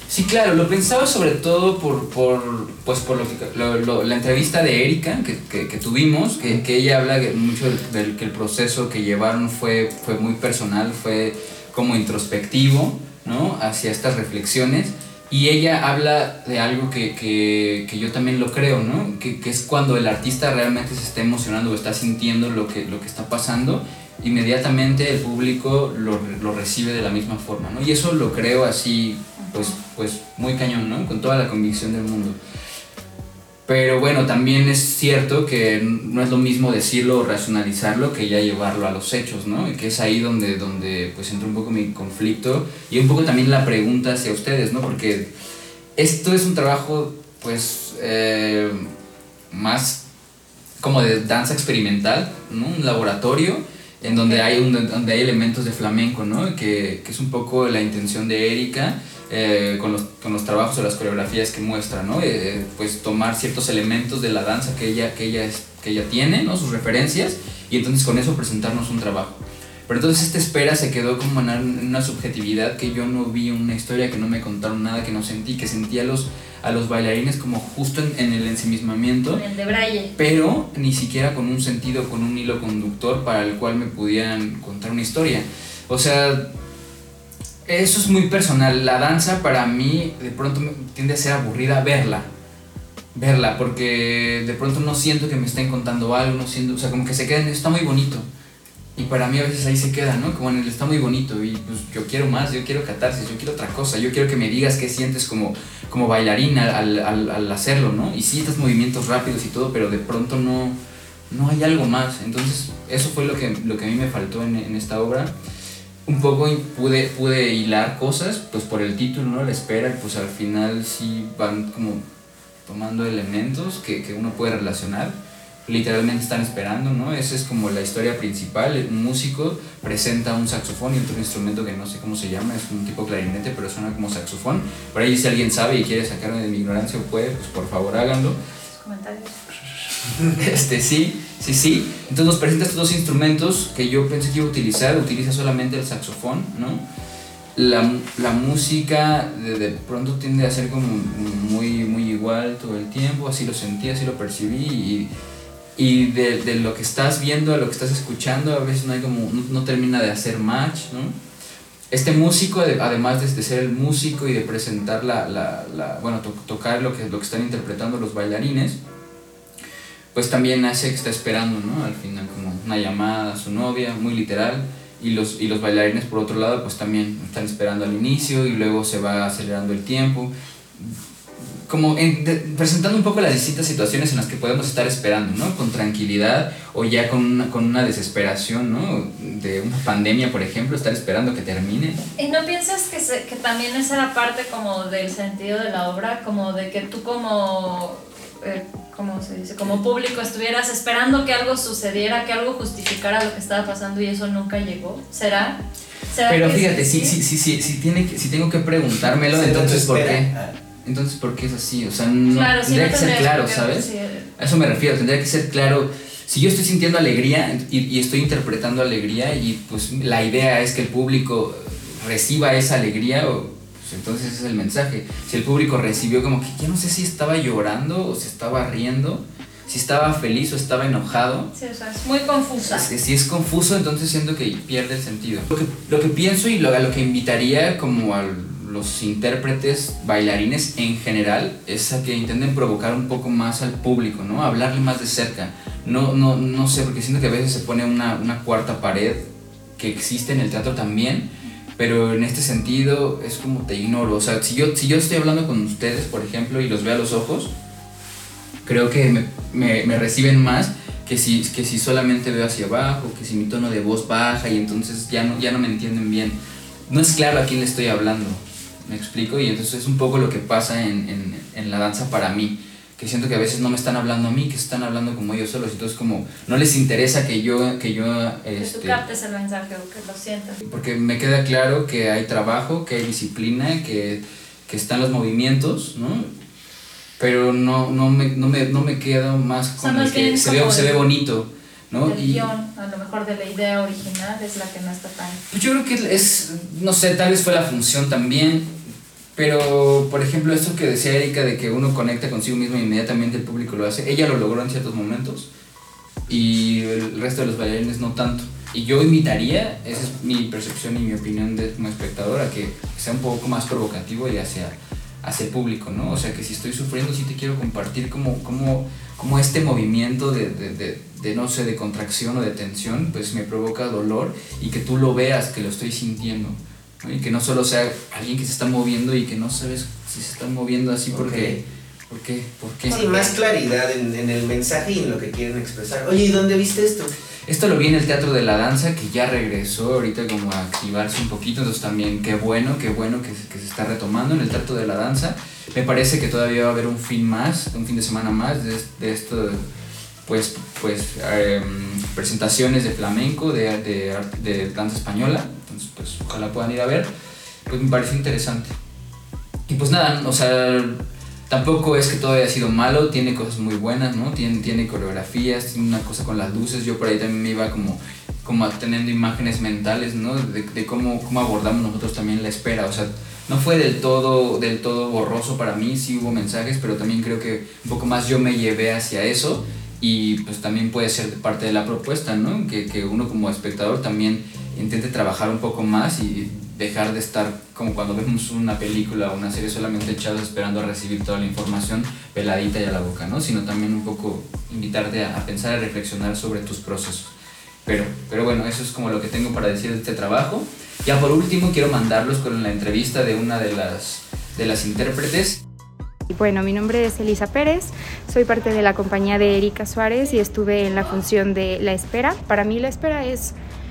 Sí, claro, lo pensaba sobre todo por la entrevista de Erika que tuvimos, que ella habla mucho del que el proceso que llevaron fue muy personal, fue como introspectivo, ¿no? Hacia estas reflexiones. Y ella habla de algo que yo también lo creo, ¿no? Que es cuando el artista realmente se está emocionando o está sintiendo lo que está pasando, inmediatamente el público lo recibe de la misma forma, ¿no? Y eso lo creo así, pues muy cañón, ¿no? Con toda la convicción del mundo. Pero bueno, también es cierto que no es lo mismo decirlo o racionalizarlo que ya llevarlo a los hechos, ¿no? Y que es ahí donde pues entra un poco mi conflicto y un poco también la pregunta hacia ustedes, ¿no? Porque esto es un trabajo pues más como de danza experimental, ¿no? Un laboratorio en donde hay elementos de flamenco, ¿no? Que es un poco la intención de Erika. Con los trabajos o las coreografías que muestra, ¿no? Pues tomar ciertos elementos de la danza que ella tiene, ¿no? Sus referencias, y entonces con eso presentarnos un trabajo. Pero entonces esta espera se quedó como en una subjetividad que yo no vi una historia, que no me contaron nada, que no sentí, que sentí a los bailarines como justo en el ensimismamiento, en el debraye, pero ni siquiera con un sentido, con un hilo conductor para el cual me pudieran contar una historia. O sea, eso es muy personal. La danza para mí de pronto tiende a ser aburrida verla, porque de pronto no siento que me estén contando algo, no siento, o sea, como que se queda en está muy bonito. Y para mí a veces ahí se queda, ¿no? Como en el está muy bonito y pues yo quiero más, yo quiero catarsis, yo quiero otra cosa, yo quiero que me digas qué sientes como bailarina al hacerlo, ¿no? Y sí, estos movimientos rápidos y todo, pero de pronto no hay algo más. Entonces eso fue lo que a mí me faltó en esta obra. Un poco pude hilar cosas, pues por el título, ¿no? La espera, y pues al final sí van como tomando elementos que uno puede relacionar. Literalmente están esperando, ¿no? Esa es como la historia principal. Un músico presenta un saxofón y otro instrumento que no sé cómo se llama, es un tipo clarinete, pero suena como saxofón. Por ahí si alguien sabe y quiere sacarme de mi ignorancia o puede, pues por favor háganlo. Los comentarios. Sí. Entonces nos presenta estos dos instrumentos que yo pensé que iba a utilizar. Utiliza solamente el saxofón, ¿no? La música de pronto tiende a ser como muy igual todo el tiempo. Así lo sentí, así lo percibí. Y de lo que estás viendo a lo que estás escuchando a veces no termina de hacer match, ¿no? Este músico, además de ser el músico y de presentar tocar lo que están interpretando los bailarines, pues también hace que está esperando, ¿no? Al final como una llamada a su novia, muy literal, y los bailarines por otro lado pues también están esperando al inicio y luego se va acelerando el tiempo, como presentando un poco las distintas situaciones en las que podemos estar esperando, ¿no? Con tranquilidad o ya con una desesperación, ¿no? De una pandemia, por ejemplo, estar esperando que termine. ¿Y no piensas que también esa era parte como del sentido de la obra, como de que tú como ¿cómo se dice? Como público estuvieras esperando que algo sucediera, que algo justificara lo que estaba pasando y eso nunca llegó? ¿Será? Pero fíjate, si tengo que preguntármelo, entonces ¿por qué? Entonces, ¿por qué es así? O sea, claro, tendría que ser claro, ¿sabes? A eso me refiero, tendría que ser claro. Si yo estoy sintiendo alegría y estoy interpretando alegría y pues la idea es que el público reciba esa alegría, pues entonces ese es el mensaje. Si el público recibió como que ya no sé si estaba llorando o si estaba riendo, si estaba feliz o estaba enojado. Sí, o sea, es muy confusa. Si es confuso, entonces siento que pierde el sentido. Lo que pienso y a lo que invitaría como a los intérpretes, bailarines en general, es a que intenten provocar un poco más al público, ¿no? Hablarle más de cerca. No sé, porque siento que a veces se pone una cuarta pared que existe en el teatro también, pero en este sentido es como te ignoro. O sea, si yo estoy hablando con ustedes, por ejemplo, y los veo a los ojos, creo que me reciben más que si solamente veo hacia abajo, que si mi tono de voz baja y entonces ya no me entienden bien. No es claro a quién le estoy hablando, ¿me explico? Y entonces es un poco lo que pasa en la danza para mí, que siento que a veces no me están hablando a mí, que están hablando como ellos solos, entonces como no les interesa que tú captes el mensaje o que lo sientas. Porque me queda claro que hay trabajo, que hay disciplina, que están los movimientos, ¿no? Pero no me quedo más con el que se ve bonito, ¿no? El guión, a lo mejor de la idea original es la que no está tan... Pues yo creo que no sé, tal vez fue la función también. Pero, por ejemplo, esto que decía Erika de que uno conecta consigo mismo e inmediatamente el público lo hace, ella lo logró en ciertos momentos y el resto de los bailarines no tanto. Y yo invitaría, esa es mi percepción y mi opinión como espectador, a que sea un poco más provocativo y hacia el público, ¿no? O sea, que si estoy sufriendo, sí te quiero compartir como este movimiento de no sé, de contracción o de tensión, pues me provoca dolor y que tú lo veas, que lo estoy sintiendo, ¿no? Y que no solo sea alguien que se está moviendo y que no sabes si se está moviendo así porque... ¿Por qué? Sí, más claridad en el mensaje y en lo que quieren expresar. Oye, ¿y dónde viste esto? Esto lo vi en el Teatro de la Danza, que ya regresó ahorita como a activarse un poquito, entonces también qué bueno que se está retomando en el Teatro de la Danza. Me parece que todavía va a haber un fin de semana más de esto, presentaciones de flamenco, de danza española, entonces pues ojalá puedan ir a ver, pues me pareció interesante. Y pues nada, o sea... Tampoco es que todo haya sido malo, tiene cosas muy buenas, ¿no? Tiene coreografías, tiene una cosa con las luces. Yo por ahí también me iba como teniendo imágenes mentales, ¿no? De cómo abordamos nosotros también la espera. O sea, no fue del todo borroso para mí, sí hubo mensajes, pero también creo que un poco más yo me llevé hacia eso y pues también puede ser parte de la propuesta, ¿no? Que uno como espectador también intente trabajar un poco más y dejar de estar como cuando vemos una película o una serie solamente echados esperando a recibir toda la información peladita y a la boca, ¿no? Sino también un poco invitarte a pensar, a reflexionar sobre tus procesos. Pero bueno, eso es como lo que tengo para decir de este trabajo. Ya por último quiero mandarlos con la entrevista de una de las intérpretes. Bueno, mi nombre es Elisa Pérez, soy parte de la compañía de Erika Suárez y estuve en la función de La Espera. Para mí la espera es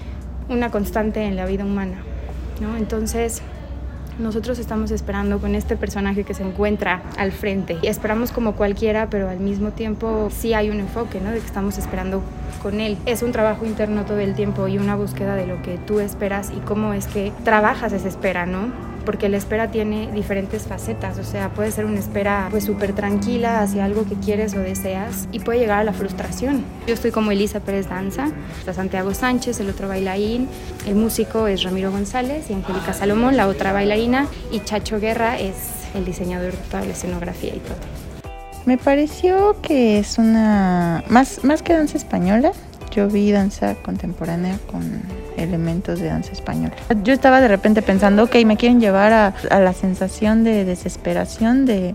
una constante en la vida humana, ¿no? Entonces nosotros estamos esperando con este personaje que se encuentra al frente y esperamos como cualquiera, pero al mismo tiempo sí hay un enfoque, ¿no? De que estamos esperando con él. Es un trabajo interno todo el tiempo y una búsqueda de lo que tú esperas y cómo es que trabajas esa espera, ¿no? Porque la espera tiene diferentes facetas, o sea, puede ser una espera pues súper tranquila hacia algo que quieres o deseas y puede llegar a la frustración. Yo estoy como Elisa Pérez Danza, está Santiago Sánchez, el otro bailarín, el músico es Ramiro González y Angélica Salomón, la otra bailarina, y Chacho Guerra es el diseñador de toda la escenografía y todo. Me pareció que es una... Más que danza española, yo vi danza contemporánea con elementos de danza española. Yo estaba de repente pensando, ok, me quieren llevar a la sensación de desesperación de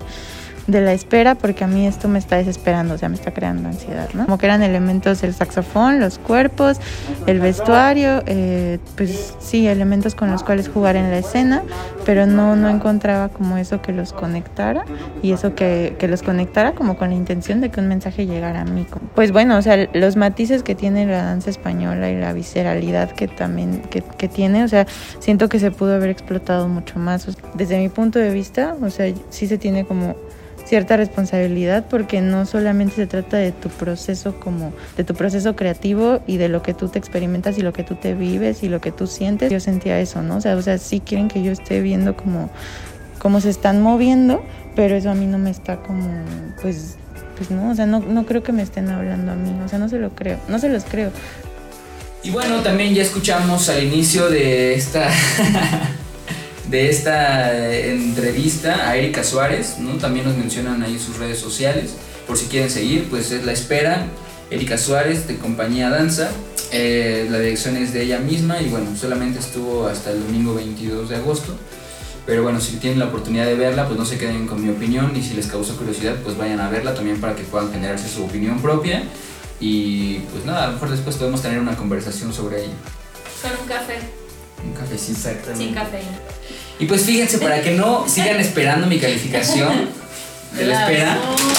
la espera, porque a mí esto me está desesperando, o sea, me está creando ansiedad, ¿no? Como que eran elementos del saxofón, los cuerpos, el vestuario, pues sí, elementos con los cuales jugar en la escena, pero no encontraba como eso que los conectara y eso que los conectara como con la intención de que un mensaje llegara a mí. Pues bueno, o sea, los matices que tiene la danza española y la visceralidad que también que tiene, o sea, siento que se pudo haber explotado mucho más. O sea, desde mi punto de vista, o sea, sí se tiene como cierta responsabilidad, porque no solamente se trata de tu proceso creativo y de lo que tú te experimentas y lo que tú te vives y lo que tú sientes. Yo sentía eso, ¿no? O sea, sí quieren que yo esté viendo cómo se están moviendo, pero eso a mí no me está como, pues no, o sea, no creo que me estén hablando a mí, o sea, no se los creo. Y bueno, también ya escuchamos al inicio de esta entrevista a Erika Suárez, ¿no? También nos mencionan ahí sus redes sociales, por si quieren seguir, pues es La Espera, Erika Suárez de Compañía Danza, la dirección es de ella misma y bueno, solamente estuvo hasta el domingo 22 de agosto, pero bueno, si tienen la oportunidad de verla, pues no se queden con mi opinión y si les causó curiosidad, pues vayan a verla también para que puedan generarse su opinión propia y pues nada, a lo mejor después podemos tener una conversación sobre ella. Con un café. Un cafecito. Exactamente. Sin cafeína. Y pues fíjense, para que no sigan esperando mi calificación de La Espera.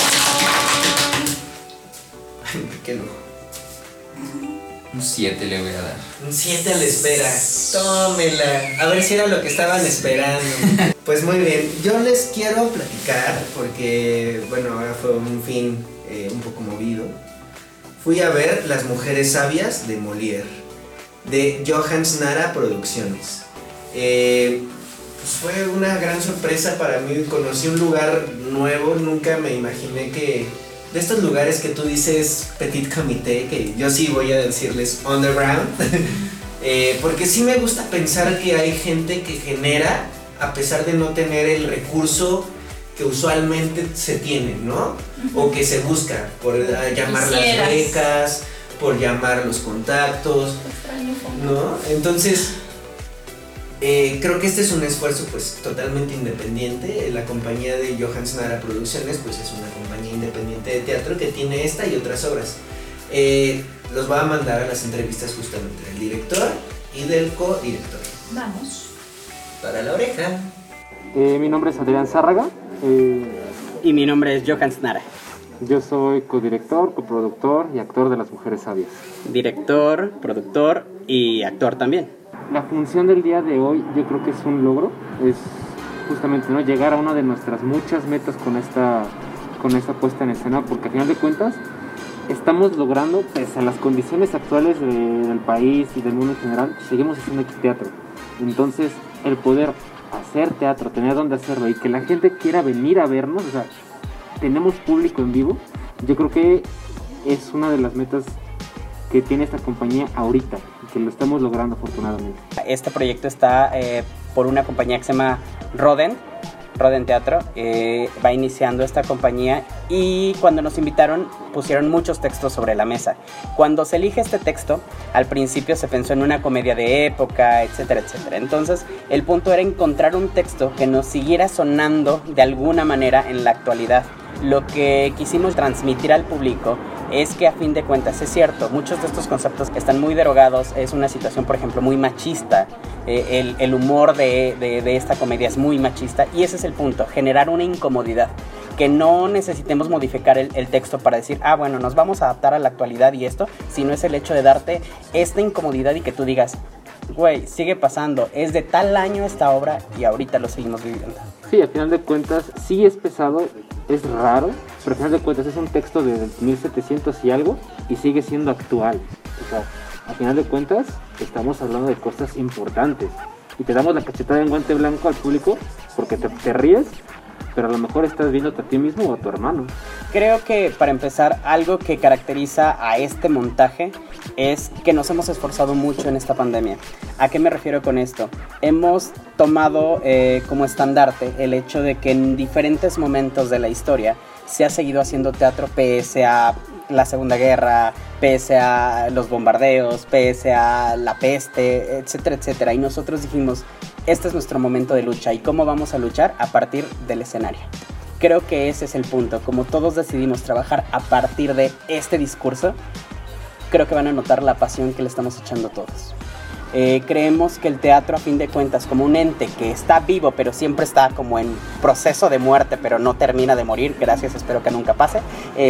¿Qué no? Un 7 le voy a dar. Un 7 a La Espera. Tómela. A ver si era lo que estaban esperando. Pues muy bien. Yo les quiero platicar porque, bueno, ahora fue un fin un poco movido. Fui a ver Las Mujeres Sabias de Molière, de Johans Nara Producciones. Pues fue una gran sorpresa para mí, conocí un lugar nuevo, nunca me imaginé que de estos lugares que tú dices petit comité, que yo sí voy a decirles underground, porque sí me gusta pensar que hay gente que genera a pesar de no tener el recurso que usualmente se tiene, ¿no? O que se busca, por llamar las becas, por llamar los contactos, ¿no? Entonces, creo que este es un esfuerzo pues totalmente independiente. La compañía de Johannes Nara Producciones pues es una compañía independiente de teatro que tiene esta y otras obras. Los voy a mandar a las entrevistas justamente del director y del co-director. Vamos. Para la oreja. Mi nombre es Adrián Zárraga. Y mi nombre es Johannes Nara. Yo soy codirector, coproductor y actor de Las Mujeres Sabias. Director, productor y actor también. La función del día de hoy yo creo que es un logro. Es justamente, ¿no?, llegar a una de nuestras muchas metas con esta puesta en escena, porque al final de cuentas estamos logrando, pese a las condiciones actuales del país y del mundo en general, seguimos haciendo aquí teatro. Entonces, el poder hacer teatro, tener donde hacerlo y que la gente quiera venir a vernos, o sea, tenemos público en vivo, yo creo que es una de las metas que tiene esta compañía ahorita, y que lo estamos logrando afortunadamente. Este proyecto está por una compañía que se llama Roden Teatro, va iniciando esta compañía, y cuando nos invitaron pusieron muchos textos sobre la mesa. Cuando se elige este texto, al principio se pensó en una comedia de época, etcétera, etcétera. Entonces el punto era encontrar un texto que nos siguiera sonando de alguna manera en la actualidad. Lo que quisimos transmitir al público es que, a fin de cuentas, es cierto, muchos de estos conceptos están muy derogados. Es una situación, por ejemplo, muy machista. El humor de esta comedia es muy machista, y ese es el punto, generar una incomodidad. Que no necesitemos modificar el texto para decir, bueno, nos vamos a adaptar a la actualidad y esto, sino es el hecho de darte esta incomodidad y que tú digas, güey, sigue pasando, es de tal año esta obra y ahorita lo seguimos viviendo. Sí, al final de cuentas sí es pesado, es raro, pero al final de cuentas es un texto de 1700 y algo y sigue siendo actual. O sea, al final de cuentas estamos hablando de cosas importantes y te damos la cachetada en guante blanco al público porque te ríes, pero a lo mejor estás viéndote a ti mismo o a tu hermano. Creo que, para empezar, algo que caracteriza a este montaje es que nos hemos esforzado mucho en esta pandemia. ¿A qué me refiero con esto? Hemos tomado como estandarte el hecho de que en diferentes momentos de la historia se ha seguido haciendo teatro pese a la Segunda Guerra, pese a los bombardeos, pese a la peste, etcétera, etcétera. Y nosotros dijimos, este es nuestro momento de lucha. ¿Y cómo vamos a luchar? A partir del escenario. Creo que ese es el punto. Como todos decidimos trabajar a partir de este discurso, creo que van a notar la pasión que le estamos echando todos. Creemos que el teatro, a fin de cuentas, como un ente que está vivo, pero siempre está como en proceso de muerte, pero no termina de morir, gracias, espero que nunca pase,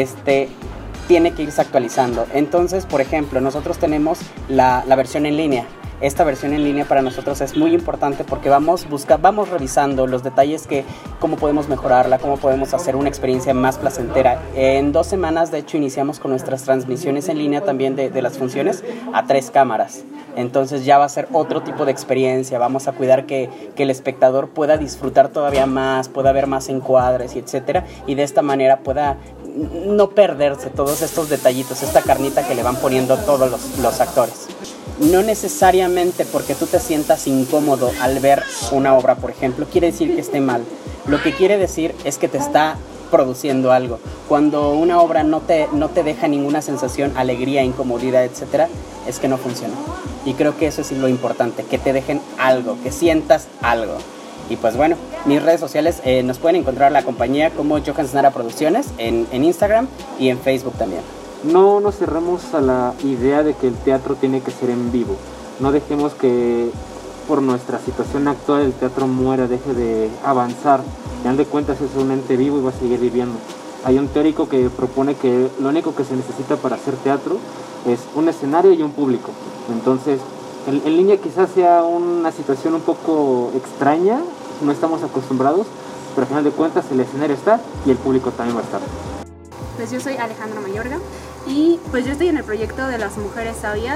tiene que irse actualizando. Entonces, por ejemplo, nosotros tenemos la versión en línea. Esta versión en línea para nosotros es muy importante porque vamos revisando los detalles, cómo podemos mejorarla, cómo podemos hacer una experiencia más placentera. En 2 semanas, de hecho, iniciamos con nuestras transmisiones en línea también de las funciones a 3 cámaras. Entonces ya va a ser otro tipo de experiencia. Vamos a cuidar que el espectador pueda disfrutar todavía más, pueda ver más encuadres y etcétera, y de esta manera pueda no perderse todos estos detallitos, esta carnita que le van poniendo todos los actores. No necesariamente porque tú te sientas incómodo al ver una obra, por ejemplo, quiere decir que esté mal. Lo que quiere decir es que te está produciendo algo. Cuando una obra no te deja ninguna sensación, alegría, incomodidad, etcétera, es que no funciona. Y creo que eso es lo importante, que te dejen algo, que sientas algo. Y pues bueno, mis redes sociales nos pueden encontrar la compañía como Johannes Nara Producciones en Instagram y en Facebook también. No nos cerremos a la idea de que el teatro tiene que ser en vivo. No dejemos que por nuestra situación actual el teatro muera, deje de avanzar. Al final de cuentas es un ente vivo y va a seguir viviendo. Hay un teórico que propone que lo único que se necesita para hacer teatro es un escenario y un público. Entonces, en línea quizás sea una situación un poco extraña, no estamos acostumbrados, pero al final de cuentas el escenario está y el público también va a estar. Pues yo soy Alejandra Mayorga y pues yo estoy en el proyecto de Las Mujeres Sabias.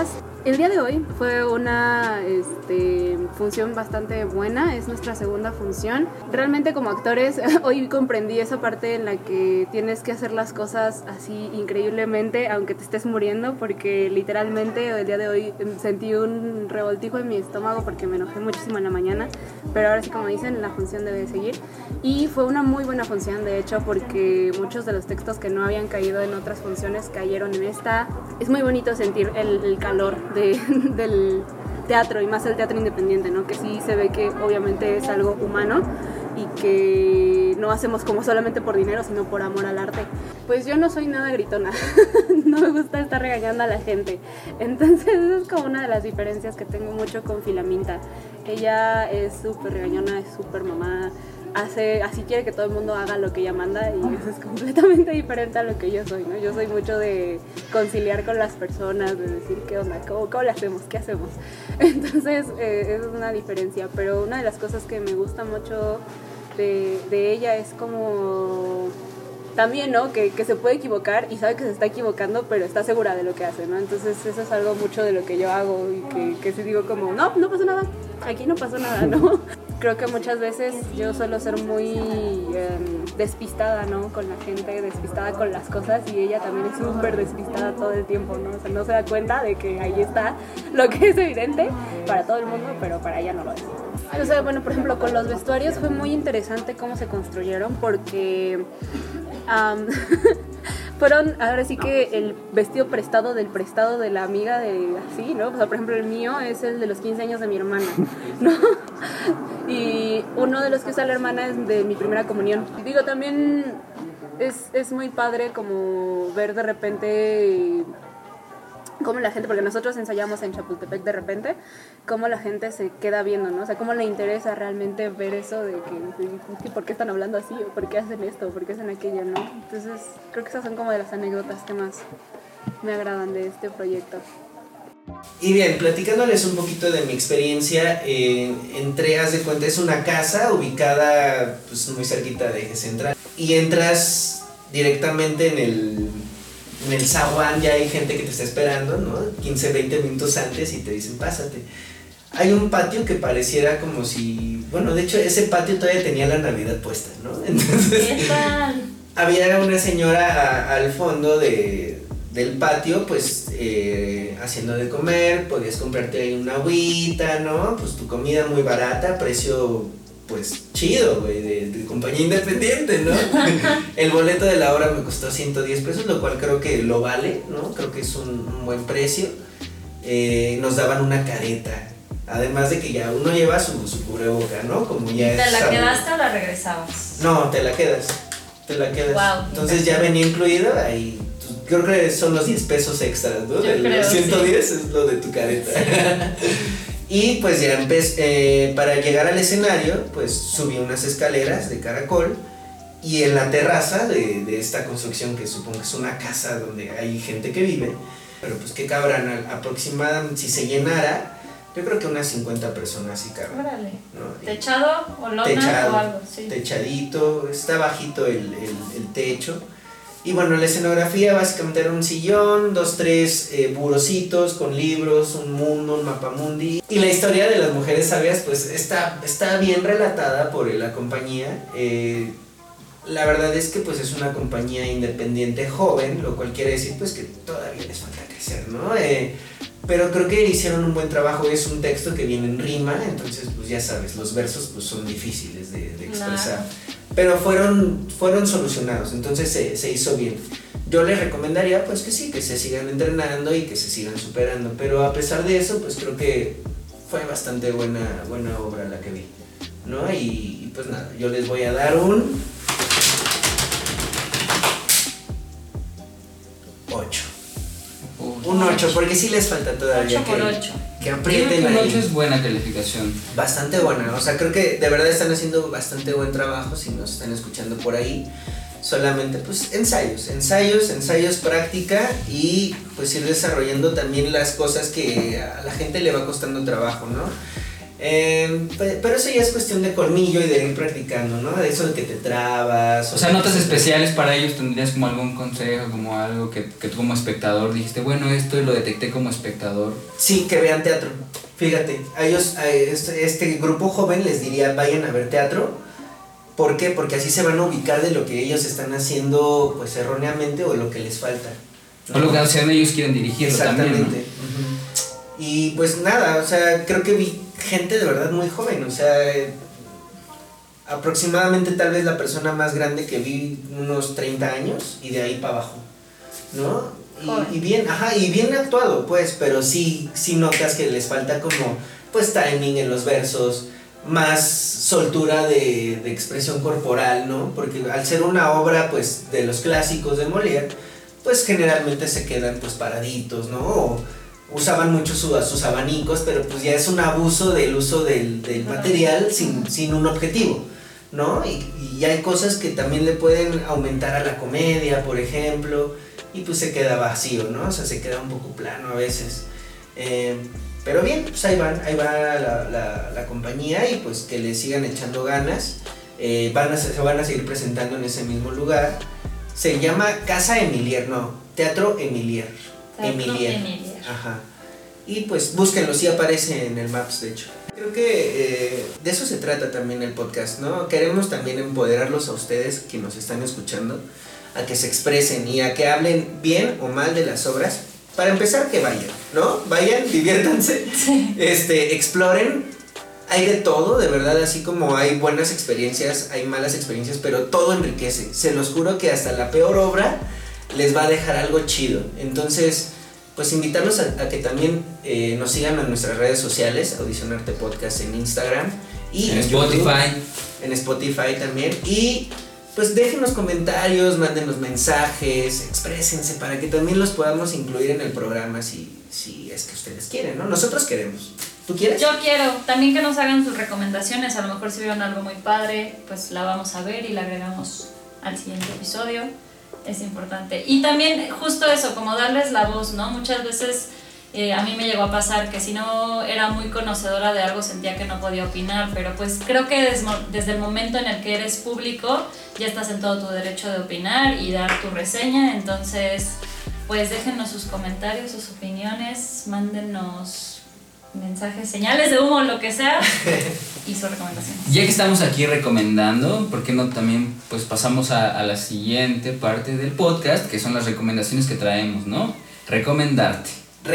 El día de hoy fue una función bastante buena, es nuestra segunda función. Realmente como actores hoy comprendí esa parte en la que tienes que hacer las cosas así increíblemente aunque te estés muriendo, porque literalmente el día de hoy sentí un revoltijo en mi estómago porque me enojé muchísimo en la mañana, pero ahora sí, como dicen, la función debe seguir. Y fue una muy buena función, de hecho, porque muchos de los textos que no habían caído en otras funciones cayeron en esta. Es muy bonito sentir el calor del teatro, y más el teatro independiente, ¿no? Que sí se ve que obviamente es algo humano y que no hacemos como solamente por dinero, sino por amor al arte. Pues yo no soy nada gritona, no me gusta estar regañando a la gente, entonces es como una de las diferencias que tengo mucho con Filaminta. Ella es súper regañona, es súper mamá, así quiere que todo el mundo haga lo que ella manda, y eso es completamente diferente a lo que yo soy, ¿no? Yo soy mucho de conciliar con las personas, de decir qué onda, cómo le hacemos, qué hacemos. Entonces esa es una diferencia, pero una de las cosas que me gusta mucho de ella es como también, ¿no? Que se puede equivocar y sabe que se está equivocando, pero está segura de lo que hace, ¿no? Entonces eso es algo mucho de lo que yo hago, y que si digo como, no pasó nada, aquí no pasó nada, ¿no? Creo que muchas veces yo suelo ser muy despistada, ¿no? Con la gente, despistada con las cosas, y ella también es súper despistada todo el tiempo, ¿no? O sea, no se da cuenta de que ahí está lo que es evidente para todo el mundo, pero para ella no lo es. O sea, bueno, por ejemplo, con los vestuarios fue muy interesante cómo se construyeron, porque fueron, ahora sí que el vestido prestado de la amiga de así, ¿no? O sea, por ejemplo, el mío es el de los 15 años de mi hermana, ¿no? Y uno de los que usa la hermana es de mi primera comunión. Digo, también es muy padre como ver de repente cómo la gente, porque nosotros ensayamos en Chapultepec de repente, cómo la gente se queda viendo, ¿no? O sea, cómo le interesa realmente ver eso de que ¿por qué están hablando así? ¿O por qué hacen esto? ¿O por qué hacen aquello? ¿No? Entonces, creo que esas son como de las anécdotas que más me agradan de este proyecto. Y bien, platicándoles un poquito de mi experiencia, entré, haz de cuenta, es una casa ubicada pues muy cerquita de Eje Central, y entras directamente en el zaguán, ya hay gente que te está esperando, ¿no? 15, 20 minutos antes, y te dicen, pásate. Hay un patio que pareciera como si, bueno, de hecho ese patio todavía tenía la Navidad puesta, ¿no? Entonces, ¿qué tal? Había una señora al fondo del patio, pues haciendo de comer, podías comprarte ahí una agüita, ¿no? Pues tu comida muy barata, precio pues chido, güey, de compañía independiente, ¿no? El boleto de la obra me costó 110 pesos, lo cual creo que lo vale, ¿no? Creo que es un buen precio. Nos daban una careta, además de que ya uno lleva su cubreboca, ¿no? Como ya ¿Te la quedaste o la regresabas? No, te la quedas. Wow, entonces ya venía incluido ahí. Creo que son los 10 pesos extras, ¿no? Yo creo, los 110 sí. Es lo de tu careta. Y pues ya para llegar al escenario, pues subí unas escaleras de caracol, y en la terraza de esta construcción, que supongo que es una casa donde hay gente que vive, pero pues que cabrán aproximadamente, si se llenara, yo creo que unas 50 personas sí cabrán. Órale. ¿No? ¿Techado o lona o algo? Sí. Techadito, está bajito el techo. Y bueno, la escenografía básicamente era un sillón, 2, 3 burocitos con libros, un mundo, un mapamundi. Y la historia de las mujeres sabias pues está bien relatada por la compañía. La verdad es que pues es una compañía independiente joven, lo cual quiere decir pues que todavía les falta crecer, ¿no? Pero creo que hicieron un buen trabajo. Es un texto que viene en rima, entonces pues ya sabes, los versos pues son difíciles de expresar. Claro. Pero fueron solucionados, entonces se hizo bien. Yo les recomendaría pues que sí, que se sigan entrenando y que se sigan superando, pero a pesar de eso pues creo que fue bastante buena obra la que vi, ¿no? Y pues nada, yo les voy a dar un 8. Un 8, porque sí les falta todavía 8 por 8. Que aprieten ahí. Un 8 es buena calificación. Bastante buena, o sea, creo que de verdad están haciendo bastante buen trabajo. Si nos están escuchando por ahí, solamente pues ensayos, práctica, y pues ir desarrollando también las cosas que a la gente le va costando trabajo, ¿no? Pero eso ya es cuestión de colmillo y de ir practicando, ¿no? De eso de que te trabas. O sea, notas especiales para ellos, ¿tendrías como algún consejo, como algo que tú como espectador dijiste, bueno, esto lo detecté como espectador? Sí, que vean teatro. Fíjate, a ellos, este grupo joven les diría, vayan a ver teatro. ¿Por qué? Porque así se van a ubicar de lo que ellos están haciendo, pues erróneamente, o lo que les falta, ¿no? O lo que hacia donde ellos quieren dirigirlo también, ¿no? Exactamente. Y pues nada, o sea, creo que vi gente de verdad muy joven, o sea, aproximadamente tal vez la persona más grande que vi unos 30 años y de ahí para abajo, ¿no? Y bien, y bien actuado, pues, pero sí notas que les falta como, pues, timing en los versos, más soltura de expresión corporal, ¿no? Porque al ser una obra, pues, de los clásicos de Molière, pues generalmente se quedan, pues, paraditos, ¿no? O usaban mucho sus abanicos, pero pues ya es un abuso del uso del material sin un objetivo, ¿no? Y hay cosas que también le pueden aumentar a la comedia, por ejemplo, y pues se queda vacío, ¿no? O sea, se queda un poco plano a veces. Pero bien, pues ahí va la compañía y pues que le sigan echando ganas. Se van a seguir presentando en ese mismo lugar. Se llama Casa Emilier, no, Teatro Emilier. Emilier. Ajá. Y pues búsquenlo, sí aparece en el Maps, de hecho. Creo que de eso se trata también el podcast, ¿no? Queremos también empoderarlos a ustedes que nos están escuchando, a que se expresen y a que hablen bien o mal de las obras. Para empezar, que vayan, ¿no? Vayan, diviértanse, exploren. Hay de todo, de verdad, así como hay buenas experiencias, hay malas experiencias, pero todo enriquece. Se los juro que hasta la peor obra les va a dejar algo chido. Entonces, pues invitarlos a que también nos sigan en nuestras redes sociales, Audicionarte Podcast en Instagram y en Spotify. YouTube, en Spotify también. Y pues déjenos comentarios, mándenos mensajes, exprésense para que también los podamos incluir en el programa si es que ustedes quieren, ¿no? Nosotros queremos. ¿Tú quieres? Yo quiero. También que nos hagan sus recomendaciones. A lo mejor si vieron algo muy padre, pues la vamos a ver y la agregamos al siguiente episodio. Es importante. Y también justo eso, como darles la voz, ¿no? Muchas veces a mí me llegó a pasar que si no era muy conocedora de algo sentía que no podía opinar, pero pues creo que desde el momento en el que eres público ya estás en todo tu derecho de opinar y dar tu reseña. Entonces, pues déjennos sus comentarios, sus opiniones, mándenos mensajes, señales de humo, lo que sea, y sus recomendaciones. Ya que estamos aquí recomendando, ¿por qué no también pues pasamos a la siguiente parte del podcast, que son las recomendaciones que traemos, ¿no? Recomendarte.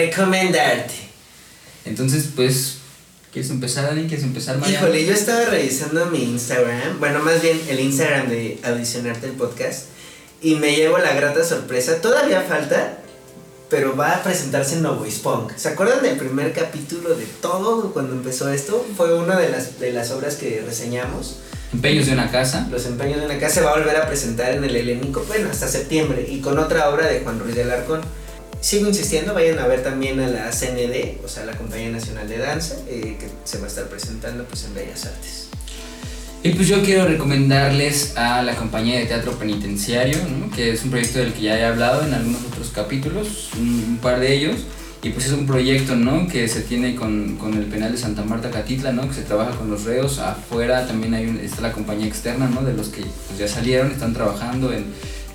Entonces, pues, ¿quieres empezar, Dani? ¿Quieres empezar, Mariana? Híjole, yo estaba revisando mi Instagram, bueno, más bien el Instagram de Audicionarte el Podcast, y me llevo la grata sorpresa, todavía falta, pero va a presentarse en Novoispunk. ¿Se acuerdan del primer capítulo de todo cuando empezó esto? Fue una de las obras que reseñamos. Empeños de una casa. Los Empeños de una casa se va a volver a presentar en el Helénico, bueno, hasta septiembre, y con otra obra de Juan Ruiz de Alarcón. Sigo insistiendo, vayan a ver también a la CND, o sea, la Compañía Nacional de Danza, que se va a estar presentando pues en Bellas Artes. Y pues yo quiero recomendarles a la Compañía de Teatro Penitenciario, ¿no? Que es un proyecto del que ya he hablado en algunos otros capítulos, un par de ellos. Y pues es un proyecto, ¿no? Que se tiene con el penal de Santa Marta Catitla, ¿no? Que se trabaja con los reos. Afuera también está la compañía externa, ¿no? De los que pues, ya salieron, están trabajando en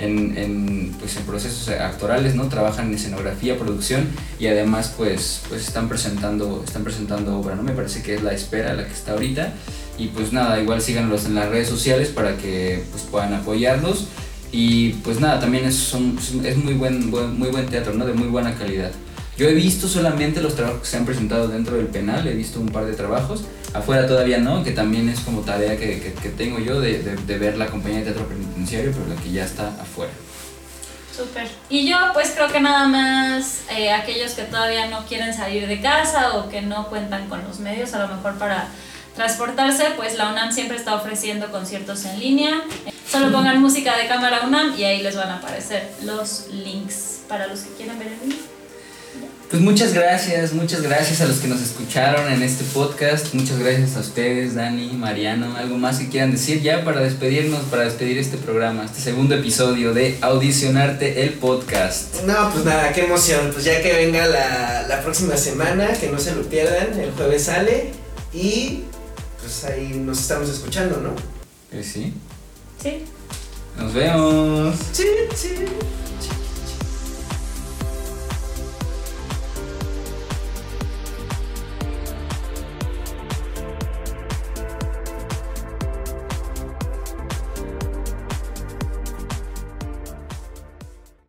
procesos actorales, ¿no? Trabajan en escenografía, producción y además pues están presentando obra, ¿no? Me parece que es La Espera la que está ahorita. Y pues nada, igual síganlos en las redes sociales para que pues puedan apoyarlos. Y pues nada, también es muy buen teatro, ¿no? De muy buena calidad. Yo he visto solamente los trabajos que se han presentado dentro del penal, he visto un par de trabajos, afuera todavía no, que también es como tarea que tengo yo de ver la Compañía de Teatro Penitenciario, pero la que ya está afuera. Súper. Y yo pues creo que nada más aquellos que todavía no quieren salir de casa o que no cuentan con los medios, a lo mejor para transportarse, pues la UNAM siempre está ofreciendo conciertos en línea. Solo pongan música de cámara UNAM y ahí les van a aparecer los links para los que quieran ver el link. Pues muchas gracias a los que nos escucharon en este podcast. Muchas gracias a ustedes, Dani, Mariano. ¿Algo más que quieran decir ya para despedirnos, para despedir este programa, este segundo episodio de Audicionarte el Podcast? No, pues nada, qué emoción. Pues ya que venga la próxima semana, que no se lo pierdan, el jueves sale. Y pues ahí nos estamos escuchando, ¿no? Sí. Sí. Nos vemos. Sí, sí.